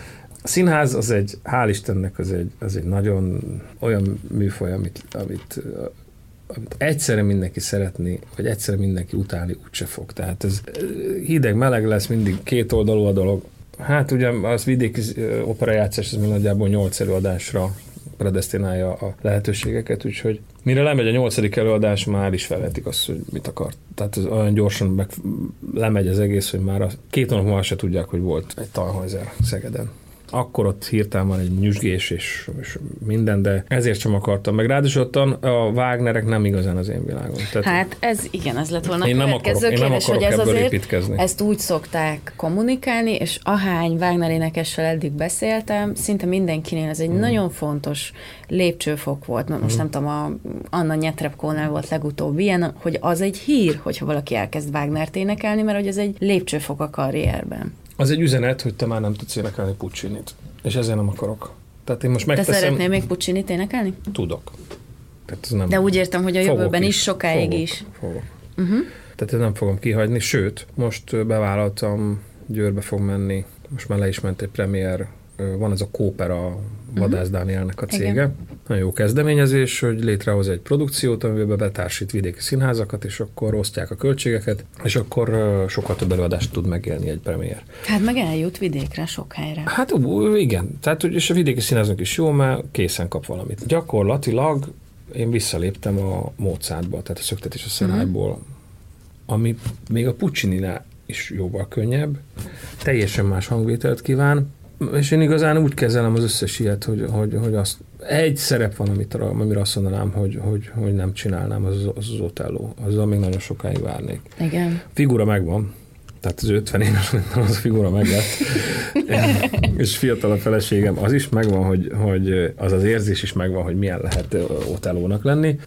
A színház az egy, hál' Istennek, az egy, az egy nagyon olyan műfaj, amit, amit, amit egyszerre mindenki szeretni, vagy egyszerre mindenki utálni úgyse fog. Tehát ez hideg-meleg lesz, mindig két oldalú a dolog. Hát ugye az vidéki operajátszás, ez még nagyjából nyolc előadásra predesztinálja a lehetőségeket, úgyhogy mire lemegy a nyolcadik előadás, már is felvetik azt, hogy mit akart. Tehát ez olyan gyorsan meg lemegy az egész, hogy már a két hónap múlva se tudják, hogy volt egy Tannhäuser Szegeden. Akkor ott hirtelen van egy nyüzsgés és, és minden, de ezért sem akartam. Meg ráadásul a Wagnerek nem igazán az én világom. Tehát
hát ez igen, ez lett volna
én
a
nem akarok,
kérdés,
én nem akarok
hogy ez
ebből
azért,
építkezni.
Ezt úgy szokták kommunikálni, és ahány Wagner énekessel eddig beszéltem, szinte mindenkinél ez egy hmm. nagyon fontos lépcsőfok volt. Most hmm. nem tudom, a Anna Netrebkónál volt legutóbb ilyen, hogy az egy hír, hogyha valaki elkezd Wagnert énekelni, mert hogy ez egy lépcsőfok a karrierben.
Az egy üzenet, hogy te már nem tudsz énekelni Puccinit. És ezért nem akarok. Tehát én most megteszem...
Te szeretnél még Puccinit énekelni?
Tudok. Tehát ez nem...
De úgy értem, hogy a jövőben is, is sokáig
fogok,
is.
Fogok. Uh-huh. Tehát ezt nem fogom kihagyni. Sőt, most bevállaltam, Győrbe fog menni. Most már le is ment egy premier. Van ez a Kópera, Vadász uh-huh. Dánielnek a cége. Igen. Nagyon jó kezdeményezés, hogy létrehoz egy produkciót, amiben betársít vidéki színházakat, és akkor osztják a költségeket, és akkor sokkal több előadást tud megélni egy premier.
Hát meg eljut vidékre, sok helyre.
Hát igen, tehát és a vidéki színháznak is jó, mert készen kap valamit. Gyakorlatilag én visszaléptem a Mozartba, tehát a Szöktetés a Szenályból, uh-huh. ami még a Puccininál is jóval könnyebb, teljesen más hangvételt kíván, és én igazán úgy kezelem az összes ilyet, hogy, hogy, hogy azt, egy szerep van, amit, amire azt mondanám, hogy, hogy, hogy nem csinálnám, az az, az Otello. Azzal még nagyon sokáig várnék.
Igen.
Figura megvan, tehát az ötven éves, az a figura meglett. És fiatal a feleségem, az is megvan, hogy, hogy az az érzés is megvan, hogy milyen lehet Otellónak lenni,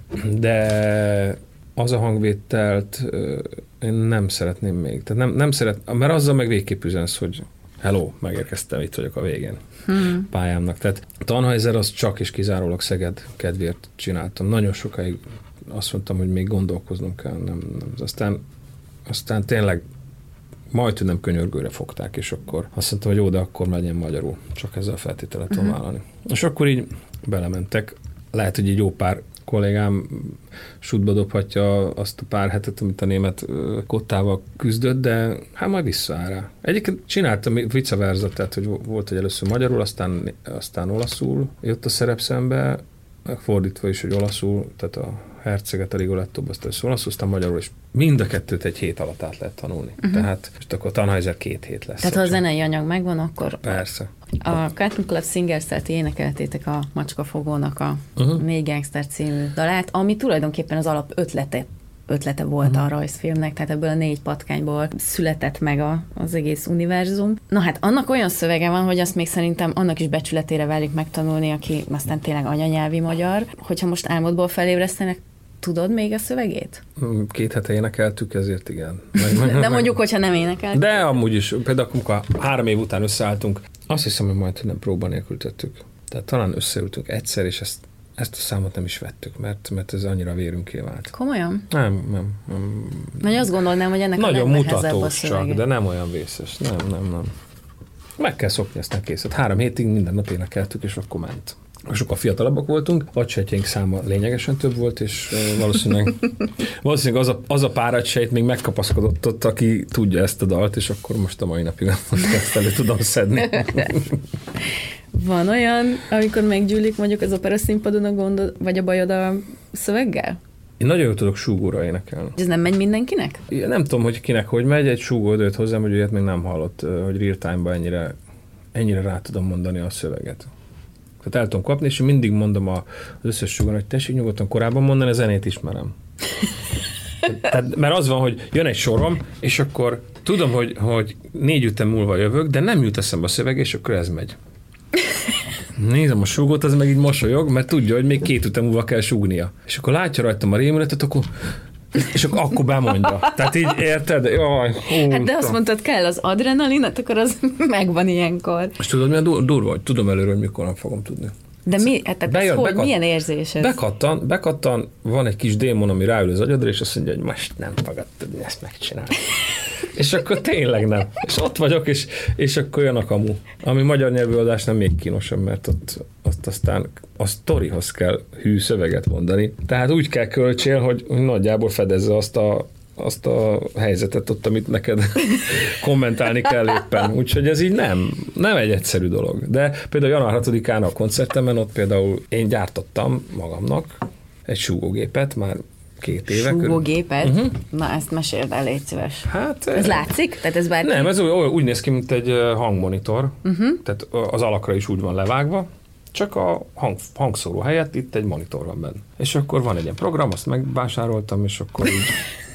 de az a hangvételt én nem szeretném még. Tehát nem, nem szeret, mert azzal meg végképp üzensz, hogy hello, megérkeztem, itt vagyok a végén hmm. pályámnak. Tehát a Tannhäuser az csak és kizárólag Szeged kedvéért csináltam. Nagyon sokáig azt mondtam, hogy még gondolkoznom kell. Nem, nem. Aztán, aztán tényleg majdnem nem könyörgőre fogták, és akkor azt mondtam, hogy jó, de akkor legyen magyarul. Csak ezzel a feltételet tudom uh-huh. vállalni. És akkor így belementek. Lehet, hogy egy jó pár kollégám sútba dobhatja azt a pár hetet, amit a német kottával küzdött, de hát majd visszaáll rá. Egyébként csináltam vice versa, tehát hogy volt, hogy először magyarul, aztán, aztán olaszul jött a szerep szembe, fordítva is, hogy olaszul, tehát a Herceget, a Rigolettóba, azt először olaszul, aztán magyarul, és mind a kettőt egy hét alatt át lehet tanulni. Uh-huh. Tehát most akkor Tannhäuser két hét lesz.
Tehát ha a zenei anyag megvan, akkor...
Persze.
A Cartoon Club Singers-et énekeltétek a Macskafogónak a uh-huh. Négy Gangster című dalát, ami tulajdonképpen az alap ötlete, ötlete volt uh-huh. a rajzfilmnek, tehát ebből a négy patkányból született meg a, az egész univerzum. Na hát annak olyan szövege van, hogy azt még szerintem annak is becsületére válik megtanulni, aki aztán tényleg anyanyelvi magyar. Hogyha most álmodból felébresztenek, tudod még a szövegét?
Két hete énekeltük, ezért igen.
Meg, de mondjuk, hogyha nem énekeltük.
De amúgy is, például amikor három év után összeálltunk, azt hiszem, hogy majd nem próba nélkül tettük. Tehát talán összeültünk egyszer, és ezt, ezt a számot nem is vettük, mert, mert ez annyira vérünké vált.
Komolyan?
Nem, nem. nem.
Nagy azt gondolnám, hogy ennek
nagyon
a
mutatós csak, de nem olyan vészes. Nem, nem, nem. Meg kell szokni, aztán készült. Három hétig minden nap énekeltük, és akkor ment. Sokkal fiatalabbak voltunk, agysejtjeink száma lényegesen több volt, és valószínűleg, valószínűleg az, a, az a pár agysejt még megkapaszkodott ott, aki tudja ezt a dalt, és akkor most a mai napig ezt elő tudom szedni.
Van olyan, amikor meggyűlik mondjuk az opera színpadon a gondod, vagy a bajod a szöveggel?
Én nagyon jól tudok súgóra énekelni.
Ez nem megy mindenkinek?
Ja, nem tudom, hogy kinek hogy megy, egy súgó dőlt hozzám, hogy ilyet még nem hallott, hogy real time-ban ennyire, ennyire rá tudom mondani a szöveget. Tehát el tudom kapni, és mindig mondom az összes sugon, hogy tessék nyugodtan korábban mondani, a zenét ismerem. Tehát, mert az van, hogy jön egy sorom, és akkor tudom, hogy, hogy négy ütem múlva jövök, de nem jut eszembe a szöveg, és akkor ez megy. Nézem a súgót, az meg így mosolyog, mert tudja, hogy még két ütem múlva kell súgnia. És akkor látja rajtam a rémületet, akkor és akkor, akkor bemondja. Tehát így érted? Jaj, hú,
hát de azt mondtad, kell az adrenalinat, akkor az megvan ilyenkor.
És tudod, milyen durva, hogy tudom előre, hogy mikor nem fogom tudni.
De mi, hát Bejön, hogy, bekat, milyen érzés ez?
Bekattan, bekattan, van egy kis démon, ami ráül az agyadra, és azt mondja, hogy most nem fogod tudni ezt megcsinálni. És akkor tényleg nem. És ott vagyok, és, és akkor jön a kamu. Ami magyar nyelvű adás nem még kínosabb, mert ott, ott aztán a sztorihoz kell hű szöveget mondani. Tehát úgy kell költsél, hogy nagyjából fedezze azt a azt a helyzetet ott, amit neked kommentálni kell éppen. Úgyhogy ez így nem, nem egy egyszerű dolog. De például január hatodikán a koncertemen ott például én gyártottam magamnak egy súgógépet, már két éve.
Súgógépet? Uh-huh. Na, ezt meséld el, légy szíves. Hát, ez látszik? Tehát ez bárki...
Nem, ez úgy, úgy néz ki, mint egy hangmonitor. Uh-huh. Tehát az alakra is úgy van levágva, csak a hang, hangszóró helyett itt egy monitor van benne. És akkor van egy ilyen program, azt megvásároltam, és akkor így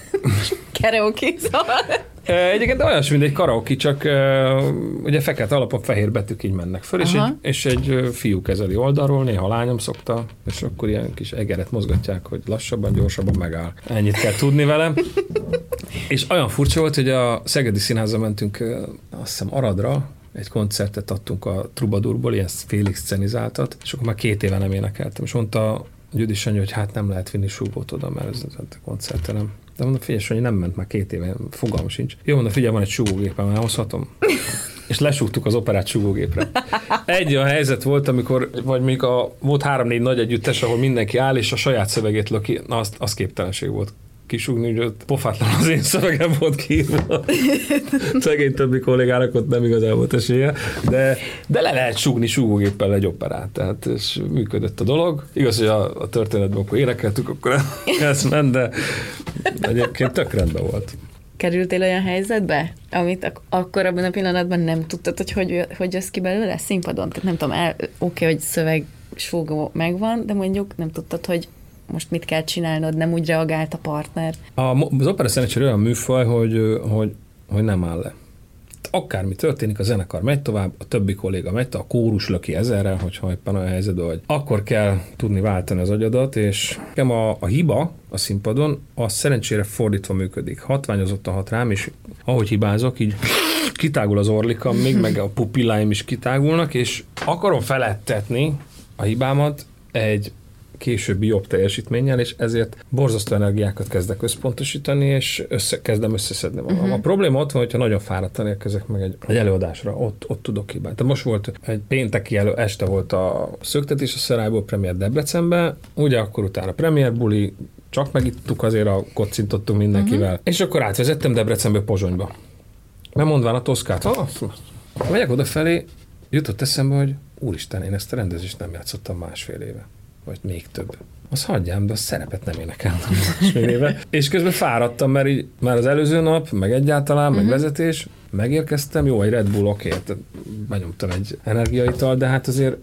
karaoke, szóval.
Egyébként olyas, mint egy karaoke, csak uh, ugye fekete alapon fehér betűk így mennek föl, és egy, és egy fiú kezeli oldalról, néha a lányom szokta, és akkor ilyen kis egeret mozgatják, hogy lassabban, gyorsabban megáll. Ennyit kell tudni velem. És olyan furcsa volt, hogy a Szegedi Színházba mentünk, uh, azt hiszem Aradra, egy koncertet adtunk a Trubadurból, ilyen félig scenizáltat, és akkor már két éve nem énekeltem, és mondta Gyüdi Sanyi, hogy hát nem lehet vinni súgót oda, mert ez a koncerten nem. De mondom, figyelj, Sanyi, nem ment már két éve, fogalmam sincs. Jó, mondom, figyelj, van egy súgógépem, elhozhatom. És lesúgtuk az operát súgógépre. Egy olyan helyzet volt, amikor, vagy még a, volt három-négy nagy együttes, ahol mindenki áll, és a saját szövegét löki, na az, az képtelenség volt kisúgni, hogy ott pofátlan az én szövegem volt kiírva. Szegény többi kollégának ott nem igazán volt esélye, de, de le lehet súgni súgógéppel egy operát, tehát és működött a dolog. Igaz, hogy a, a történetben, akkor énekeltük, akkor ez ment, de egyébként tök rendben volt.
kerültél olyan helyzetbe, amit ak- akkor abban a pillanatban nem tudtad, hogy hogy, hogy jössz ki belőle színpadon? Tehát nem tudom, el, oké, hogy szöveg súgó megvan, de mondjuk nem tudtad, hogy most mit kell csinálnod, nem úgy reagált a partner.
A, az opera szerencsére olyan műfaj, hogy, hogy, hogy nem áll le. Akármi történik, a zenekar megy tovább, a többi kolléga megy tovább, a kórus löki ezerrel, hogyha éppen olyan helyzetben vagy. Akkor kell tudni váltani az agyadat, és a, a hiba a színpadon, az szerencsére fordítva működik. Hatványozottan hat rám, és ahogy hibázok, így kitágul az orlikam még, meg a pupilláim is kitágulnak, és akarom felettetni a hibámat egy későbbi jobb teljesítménnyel, és ezért borzasztó energiákat kezdek összpontosítani, és össze, kezdem összeszedni magam. Uh-huh. A probléma ott van, hogyha nagyon fáradtan érkezek meg egy, egy előadásra, ott, ott tudok hibálni. Tehát most volt egy pénteki elő, este volt a Szöktetés a Szerályból premier Debrecenben, ugye akkor utána premier buli, csak megittuk azért, a kocintottunk mindenkivel, uh-huh. és akkor átvezettem Debrecenből Pozsonyba. Mert mondván a Toszkát, ha megyek odafelé, jutott eszembe, hogy úristen, én ezt a rendezést nem játszottam másfél éve. Vagy még több. Azt hagyjám, de a szerepet nem énekeltem másfél éve. És közben fáradtam, mert így már az előző nap, meg egyáltalán, meg uh-huh. vezetés, megérkeztem, jó, egy Red Bull, oké, okay, benyomtam egy energiaital, de hát azért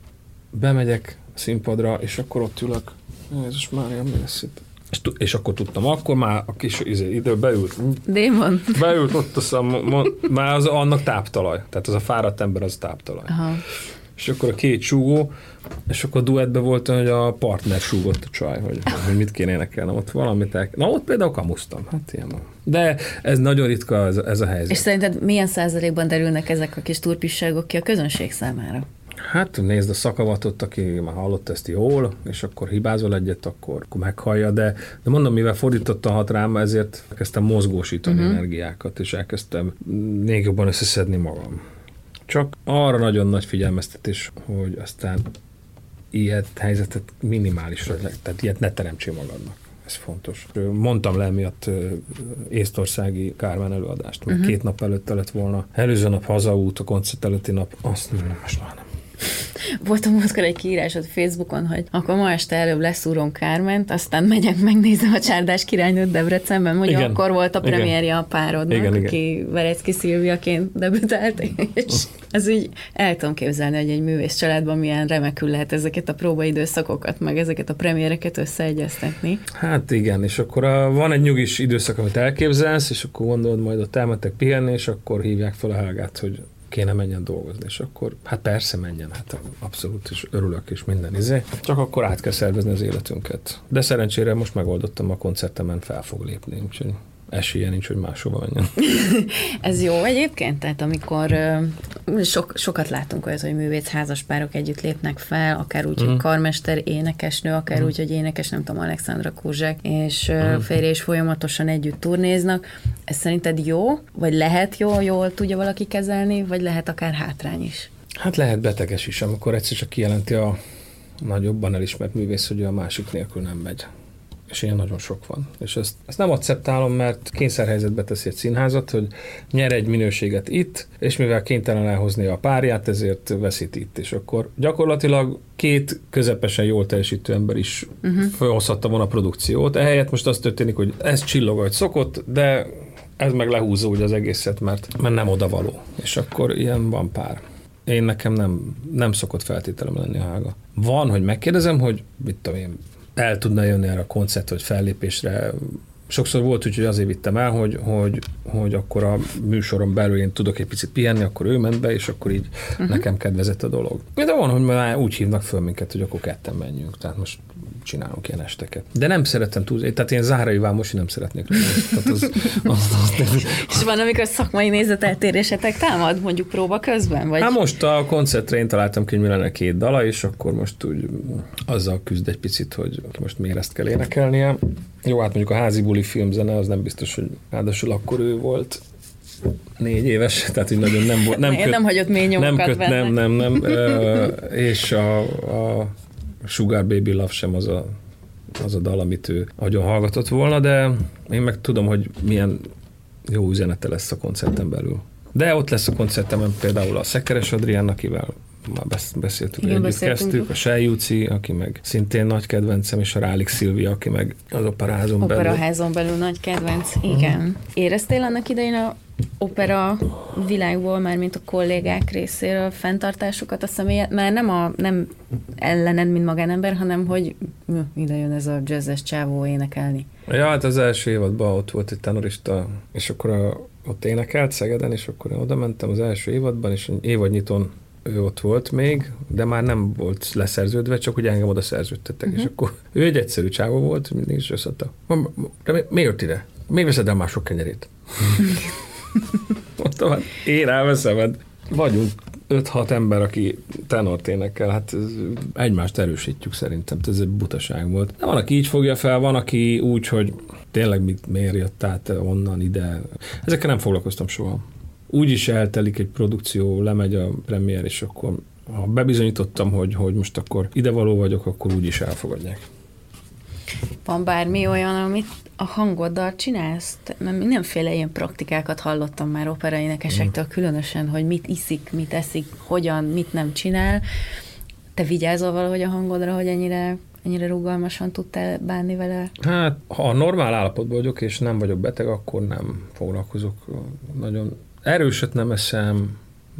bemegyek a színpadra, és akkor ott ülök. Jézus Mária, mi lesz itt? És, és akkor tudtam, akkor már a kis izé, idő beült.
Démon.
Beült ott, az, már az annak táptalaj. Tehát az a fáradt ember, az táptalaj. Aha. És akkor a két súgó, és akkor duettben volt, hogy a partner súgott a csaj, hogy, hogy mit kéne énekelnem ott valamit. El... Na ott például kamusztam, hát ilyen van. De ez nagyon ritka ez, ez a helyzet. És
szerinted milyen százalékban derülnek ezek a kis turpisságok ki a közönség számára?
Hát nézd a szakavatot, aki már hallott ezt jól, és akkor hibázol egyet, akkor, akkor meghallja, de, de mondom, mivel fordítottan hat rám, ezért elkezdtem mozgósítani uh-huh. energiákat, és elkezdtem még jobban összeszedni magam. Csak arra nagyon nagy figyelmeztetés, hogy aztán ilyet helyzetet minimálisra, tehát ilyet ne teremtsél magadnak. Ez fontos. Mondtam le emiatt észtországi Kármán előadást, mert uh-huh. két nap előtte lett volna. Előző nap hazaút, a koncert előtti nap, azt nem, most már nem.
Voltam múltkor egy kiírásod Facebookon, hogy akkor ma este előbb leszúrom Kárment, aztán megyek, megnézem a Csárdás királynőt Debrecenben, mondja, igen, akkor volt a premierje a párodnak, igen, aki igen. Verecki Szilviaként debütált, és ez úgy el tudom képzelni, hogy egy művész családban milyen remekül lehet ezeket a próbaidőszakokat, meg ezeket a premiereket összeegyeztetni.
Hát igen, és akkor a, van egy nyugis időszak, amit elképzelsz, és akkor gondolod, majd ott elmentek pihenni, és akkor hívják fel a Helgát, hogy kéne menjen dolgozni, és akkor hát persze menjen, hát abszolút, és örülök, és minden izé. Csak akkor át kell szervezni az életünket. De szerencsére most megoldottam, a koncertemen fel fog lépni, úgyhogy esélye nincs, hogy máshova menjen.
Ez jó egyébként? Tehát amikor sok, sokat látunk olyat, hogy művész házaspárok együtt lépnek fel, akár úgy, uh-huh. hogy karmester, énekesnő, akár uh-huh. úgy, hogy énekes, nem tudom, Alexandra Kurzsák, és uh-huh. férje is folyamatosan együtt turnéznak. Ez szerinted jó? Vagy lehet jó, jól tudja valaki kezelni, vagy lehet akár hátrány is?
Hát lehet beteges is, amikor egyszer csak kijelenti a nagyobban elismert művész, hogy a másik nélkül nem megy. És ilyen nagyon sok van. És ezt, ezt nem akceptálom, mert kényszerhelyzetbe teszi egy színházat, hogy nyer egy minőséget itt, és mivel kénytelen elhozni a párját, ezért veszít itt. És akkor gyakorlatilag két közepesen jól teljesítő ember is uh-huh. felhozhatta volna a produkciót. Ehelyett most az történik, hogy ez csillog, ahogy szokott, de ez meg lehúzza úgy az egészet, mert, mert nem odavaló. És akkor ilyen van pár. Én nekem nem, nem szokott feltételem lenni a Hága. Van, hogy megkérdezem, hogy mit tudom én, el tudna jönni erre a koncert, vagy fellépésre. Sokszor volt úgy, hogy azért vittem el, hogy, hogy, hogy akkor a műsoron belül én tudok egy picit pihenni, akkor ő ment be, és akkor így uh-huh. nekem kedvezett a dolog. De van, hogy már úgy hívnak föl minket, hogy akkor ketten menjünk. Tehát most csinálunk ilyen esteket. De nem szeretem túl, tehát én Záhrai Vámosi nem szeretnék lenni. Tehát az, az, az,
és van, amikor szakmai nézeteltérésetek támad, mondjuk próba közben? Vagy?
Hát most a koncertre én találtam ki, hogy mi lenne két dala, és akkor most úgy azzal küzd egy picit, hogy most miért ezt kell énekelnie. Jó, hát mondjuk a Házi buli filmzene, az nem biztos, hogy ráadásul akkor ő volt négy éves, tehát így nagyon nem volt.
Nem, köt, nem hagyott mély nyomokat
nem köt, benne. Nem, nem, nem. Ö, és a, a Sugar Baby Love sem az a, az a dal, amit ő nagyon hallgatott volna, de én meg tudom, hogy milyen jó üzenete lesz a koncerten belül. De ott lesz a koncertemen például a Szekeres Adrián, akivel már beszéltük,
igen,
együtt kezdtük, a Seljúci, aki meg szintén nagy kedvencem, és a Rálik Szilvia, aki meg az operaházon belül.
Operaházon belül nagy kedvenc, igen. Uh-huh. Éreztél annak idején a opera világból, már mint a kollégák részéről fenntartásokat a személyet, már nem, a, nem ellened, mint magánember, hanem hogy ide jön ez a jazzes csávó énekelni.
Ja, hát az első évadban ott volt egy tenorista, és akkor a, ott énekelt Szegeden, és akkor én oda mentem az első évadban, és évadnyitón ő ott volt még, de már nem volt leszerződve, csak ugye engem oda szerződtettek, uh-huh. és akkor ő egy egyszerű csávó volt, mindig is összadta. De mi, mi jött ide? Miért veszed el mások kenyerét? Mondtam, hát én elveszem, hát vagyunk öt-hat ember, aki tenort énekel, hát egymást erősítjük szerintem, ez egy butaság volt. De van, aki így fogja fel, van, aki úgy, hogy tényleg mit, miért jött át onnan ide. Ezekkel nem foglalkoztam soha. Úgy is eltelik egy produkció, lemegy a premier, és akkor ha bebizonyítottam, hogy, hogy most akkor idevaló vagyok, akkor úgy is elfogadják.
Van bármi olyan, amit a hangoddal csinálsz? Mert mindenféle ilyen praktikákat hallottam már operaénekesektől, mm. különösen, hogy mit iszik, mit eszik, hogyan, mit nem csinál. Te vigyázol valahogy a hangodra, hogy ennyire, ennyire rugalmasan tudtál bánni vele? Hát,
ha normál állapotban vagyok, és nem vagyok beteg, akkor nem foglalkozok. Nagyon erőset nem eszem,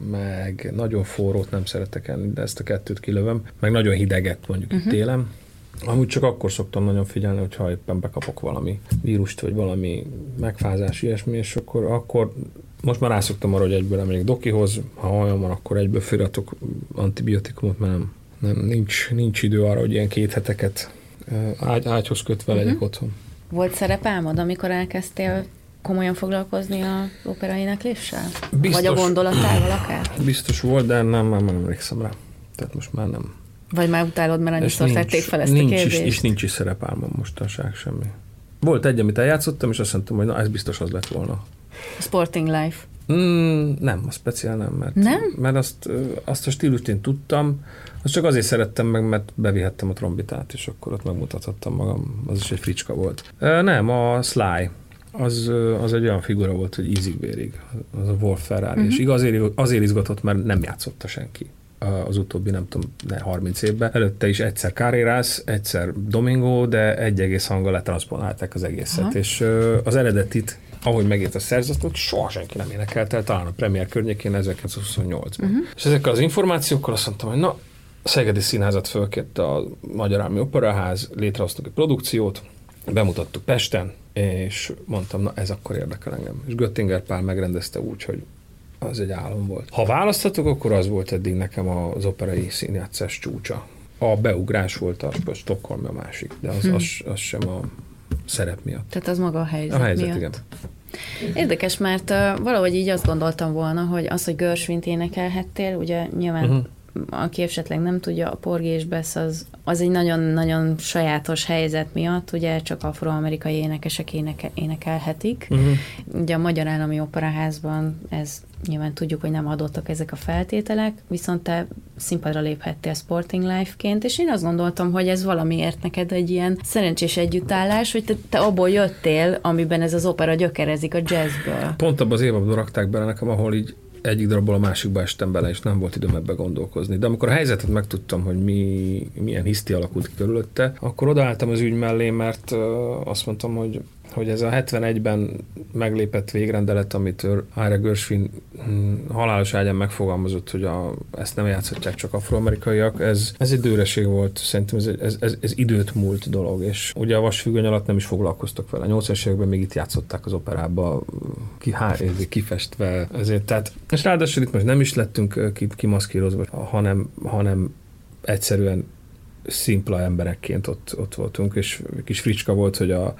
meg nagyon forrót nem szeretek enni, de ezt a kettőt kilövöm, meg nagyon hideget mondjuk uh-huh. itt télen. Amúgy csak akkor szoktam nagyon figyelni, hogyha éppen bekapok valami vírust, vagy valami megfázás, ilyesmi, és akkor, akkor most már rászoktam arra, hogy egyből emlék dokihoz, ha olyan van, akkor egyből firatok antibiotikumot, mert nem, nem, nincs, nincs idő arra, hogy ilyen két heteket ágy, ágyhoz kötve legyek uh-huh. otthon. Volt szerepálmod, amikor elkezdtél komolyan foglalkozni az operaénekléssel? Biztos, vagy a gondolatával akár? Biztos volt, de nem, már nem emlékszem rá. Tehát most már nem. Vagy már utálod, mert annyiszor tették fel ezt nincs a kérdést? Is, és nincs is szerepálmom mostanság semmi. Volt egy, amit eljátszottam, és azt mondtam, hogy na, ez biztos az lett volna. A Sporting Life? Mm, nem, a speciál nem, mert, nem? mert azt, azt a stílust én tudtam, azt csak azért szerettem meg, mert bevihettem a trombitát, és akkor ott megmutathattam magam, az is egy fricska volt. Nem, a Sly. Az, az egy olyan figura volt, hogy ízig-vérig, az a Wolf Ferrari, uh-huh. és igaz, azért, azért izgatott, mert nem játszotta senki az utóbbi, nem tudom, harminc évben. Előtte is egyszer Carreras, egyszer Domingo, de egy egész hanggal letranszponálták az egészet, uh-huh. és az eredetit, ahogy megért a szerzőt, soha senki nem énekelte, talán a premier környékén ezerkilencszázhuszonnyolcban. Uh-huh. És ezekkel az információkkal azt mondtam, hogy na, a Szegedi Színházat fölkérte a Magyar Állami Operaház, létrehoztunk egy produkciót, bemutattuk Pesten, és mondtam, na ez akkor érdekel engem. És Göttinger Pál megrendezte úgy, hogy az egy álom volt. Ha választhatok, akkor az volt eddig nekem az operai színjátszás csúcsa. A beugrás volt a Stockholm a másik, de az, hmm. az, az sem a szerep miatt. Tehát az maga a helyzet, a helyzet miatt. Igen. Érdekes, mert uh, valahogy így azt gondoltam volna, hogy az, hogy Gershwint énekelhettél, ugye nyilván uh-huh. aki esetleg nem tudja, a Porgy és Bess az, az egy nagyon-nagyon sajátos helyzet miatt, ugye csak afroamerikai énekesek éneke, énekelhetik. Uh-huh. Ugye a Magyar Állami Operaházban ez nyilván tudjuk, hogy nem adottak ezek a feltételek, viszont te színpadra léphettél Sporting Life-ként, és én azt gondoltam, hogy ez valamiért neked egy ilyen szerencsés együttállás, hogy te, te abból jöttél, amiben ez az opera gyökerezik a jazzből. Pont abban az évadban rakták bele nekem, ahol így egyik darabból a másikba estem bele, és nem volt időm ebbe gondolkozni. De amikor a helyzetet megtudtam, hogy mi, milyen hiszti alakult ki körülötte, akkor odaálltam az ügy mellé, mert uh, azt mondtam, hogy, hogy ez a hetvenegyben meglépett végrendelet, amit Ira Gershwin hm, halálos ágyán megfogalmazott, hogy a, ezt nem játszhatják csak afroamerikaiak, ez, ez egy dőreség volt, szerintem ez, ez, ez, ez időt múlt dolog, és ugye a vasfüggöny alatt nem is foglalkoztak vele. A nyolcvanas években még itt játszották az operába, ki, há, kifestve, ezért, tehát, és ráadásul itt most nem is lettünk kimaszkírozva, hanem, hanem egyszerűen szimpla emberekként ott, ott voltunk, és kis fricska volt, hogy a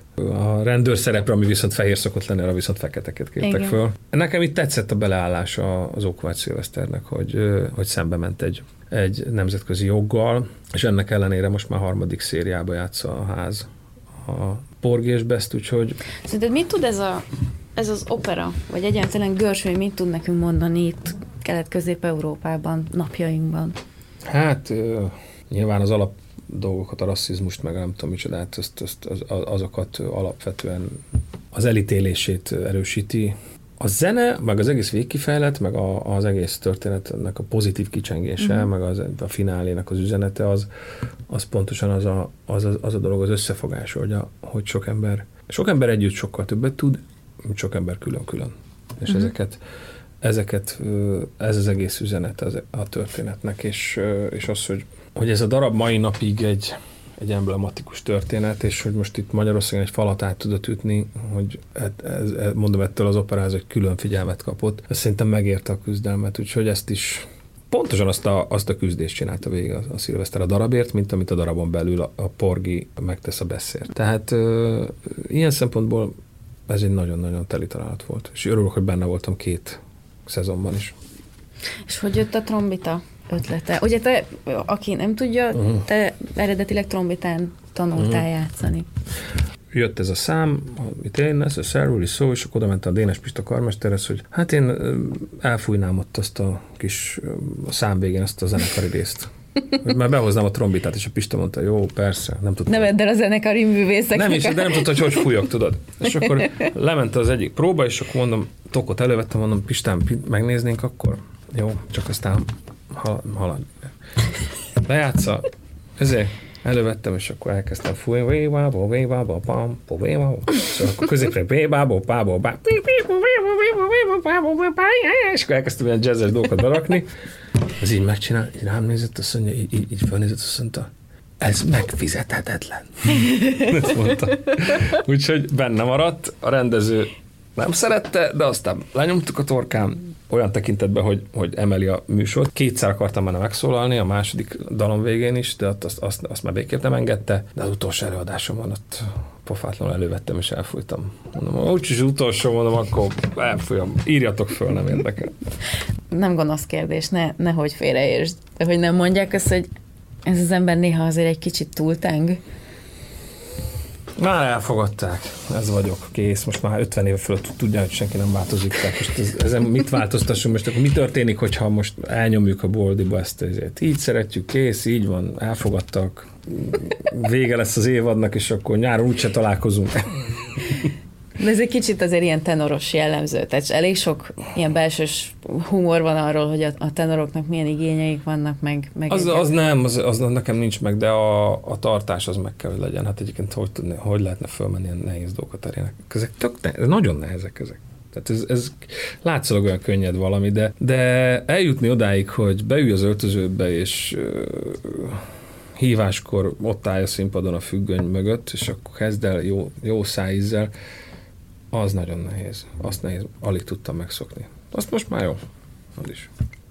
A rendőr szerepre, ami viszont fehér szokott lenni, arra viszont feketeket kértek Igen. föl. Nekem itt tetszett a beleállás az Ókovács Szilveszternek, hogy, hogy szembe ment egy, egy nemzetközi joggal, és ennek ellenére most már harmadik szériába játsza a ház a Porgy és Best, úgyhogy... Szerinted mit tud ez, a, ez az opera, vagy egyáltalán Gershwin mit tud nekünk mondani itt Kelet-Közép-Európában, napjainkban? Hát nyilván az alap dolgokat, a rasszizmust, meg nem tudom micsodát, azt, azt, az, azokat alapvetően az elítélését erősíti. a zene, meg az egész végkifejlet, meg a, az egész történetnek a pozitív kicsengése, uh-huh. meg az, a finálének az üzenete, az, az pontosan az a, az, a, az a dolog, az összefogás, hogy, a, hogy sok ember, sok ember együtt sokkal többet tud, mint sok ember külön-külön. És uh-huh. ezeket, ezeket, ez az egész üzenet az, a történetnek, és, és az, hogy, hogy ez a darab mai napig egy egy emblematikus történet, és hogy most itt Magyarországon egy falat át tudott ütni, hogy ez, ez, mondom, ettől az operáz, hogy külön figyelmet kapott. Ez szerintem megérte a küzdelmet, úgyhogy ezt is pontosan azt a, azt a küzdést csinálta végig a, a Szilveszter a darabért, mint amit a darabon belül a, a Porgy megtesz a Beszért. Tehát ö, ilyen szempontból ez egy nagyon-nagyon teli találat volt, és örülök, hogy benne voltam két szezonban is.
És hogy jött a trombita ötlete? Ugye te, aki nem tudja, uh-huh. te eredetileg trombitán tanultál uh-huh. játszani.
Jött ez a szám, amit én, ez a Szervuli szó, és akkor oda ment a Dénes Pista karmesterhez, hogy hát én elfújnám ott azt a kis a szám végén azt a zenekari részt. Hogy már behoznám a trombitát, és a Pista mondta, jó, persze, nem tudtam.
Ne vedd el a zenekari művészeknek.
Nem is, de nem tudta, hogy hogy fújok, tudod. És akkor lement az egyik próba, és akkor mondom, tokot elővettem, mondom, Pistán, megnéznénk akkor? Jó, csak aztán haladj. Bejátsza, ezért elővettem, és akkor elkezdtem fújni, vévába, vévába, pam, vévába, szóval akkor középre vévába, pába, bá, és akkor elkezdtem ilyen jazzes dolgokat berakni. Ez így megcsinál, így rám nézett, azt mondja, így, így, így felnézett, azt mondta, ez megfizethetetlen. Ezt mondta. Úgyhogy benne maradt, a rendező nem szerette, de aztán lenyomtuk a torkán, olyan tekintetben, hogy, hogy emeli a műsort. Kétszer akartam benne megszólalni, a második dalon végén is, de azt, azt, azt már békét nem engedte, de az utolsó előadásomon ott pofátlanul elővettem és elfújtam. Mondom, úgyis utolsó, mondom, akkor elfújom. Írjatok föl, nem érdekel. Nem
gonosz kérdés, ne, nehogy félreértsd, de hogy nem mondják azt, hogy ez az ember néha azért egy kicsit túlteng.
Már elfogadták, ez vagyok, kész, most már ötven éve fölött tudja, hogy senki nem változik, tehát most ez, ezen mit változtassunk, most akkor mi történik, hogyha most elnyomjuk a boldiba ezt, ezért így szeretjük, kész, így van, elfogadtak, vége lesz az évadnak, és akkor nyáron úgyse találkozunk.
De ez egy kicsit azért ilyen tenoros jellemző, tehát elég sok ilyen belsős humor van arról, hogy a, a tenoroknak milyen igényeik vannak, meg... meg
az, az nem, az, az nekem nincs meg, de a, a tartás az meg kell, hogy legyen. Hát egyébként hogy, tudni, hogy lehetne fölmenni ilyen nehéz dolgokat erének. Ezek tök ne, nagyon nehezek ezek. Tehát ez, ez látszólag olyan könnyed valami, de, de eljutni odáig, hogy beülj az öltözőbe, és uh, híváskor ott állj a színpadon a függöny mögött, és akkor kezd el jó, jó szájízzel, az nagyon nehéz. Azt nehéz, alig tudtam megszokni. Azt most már jó. Az is.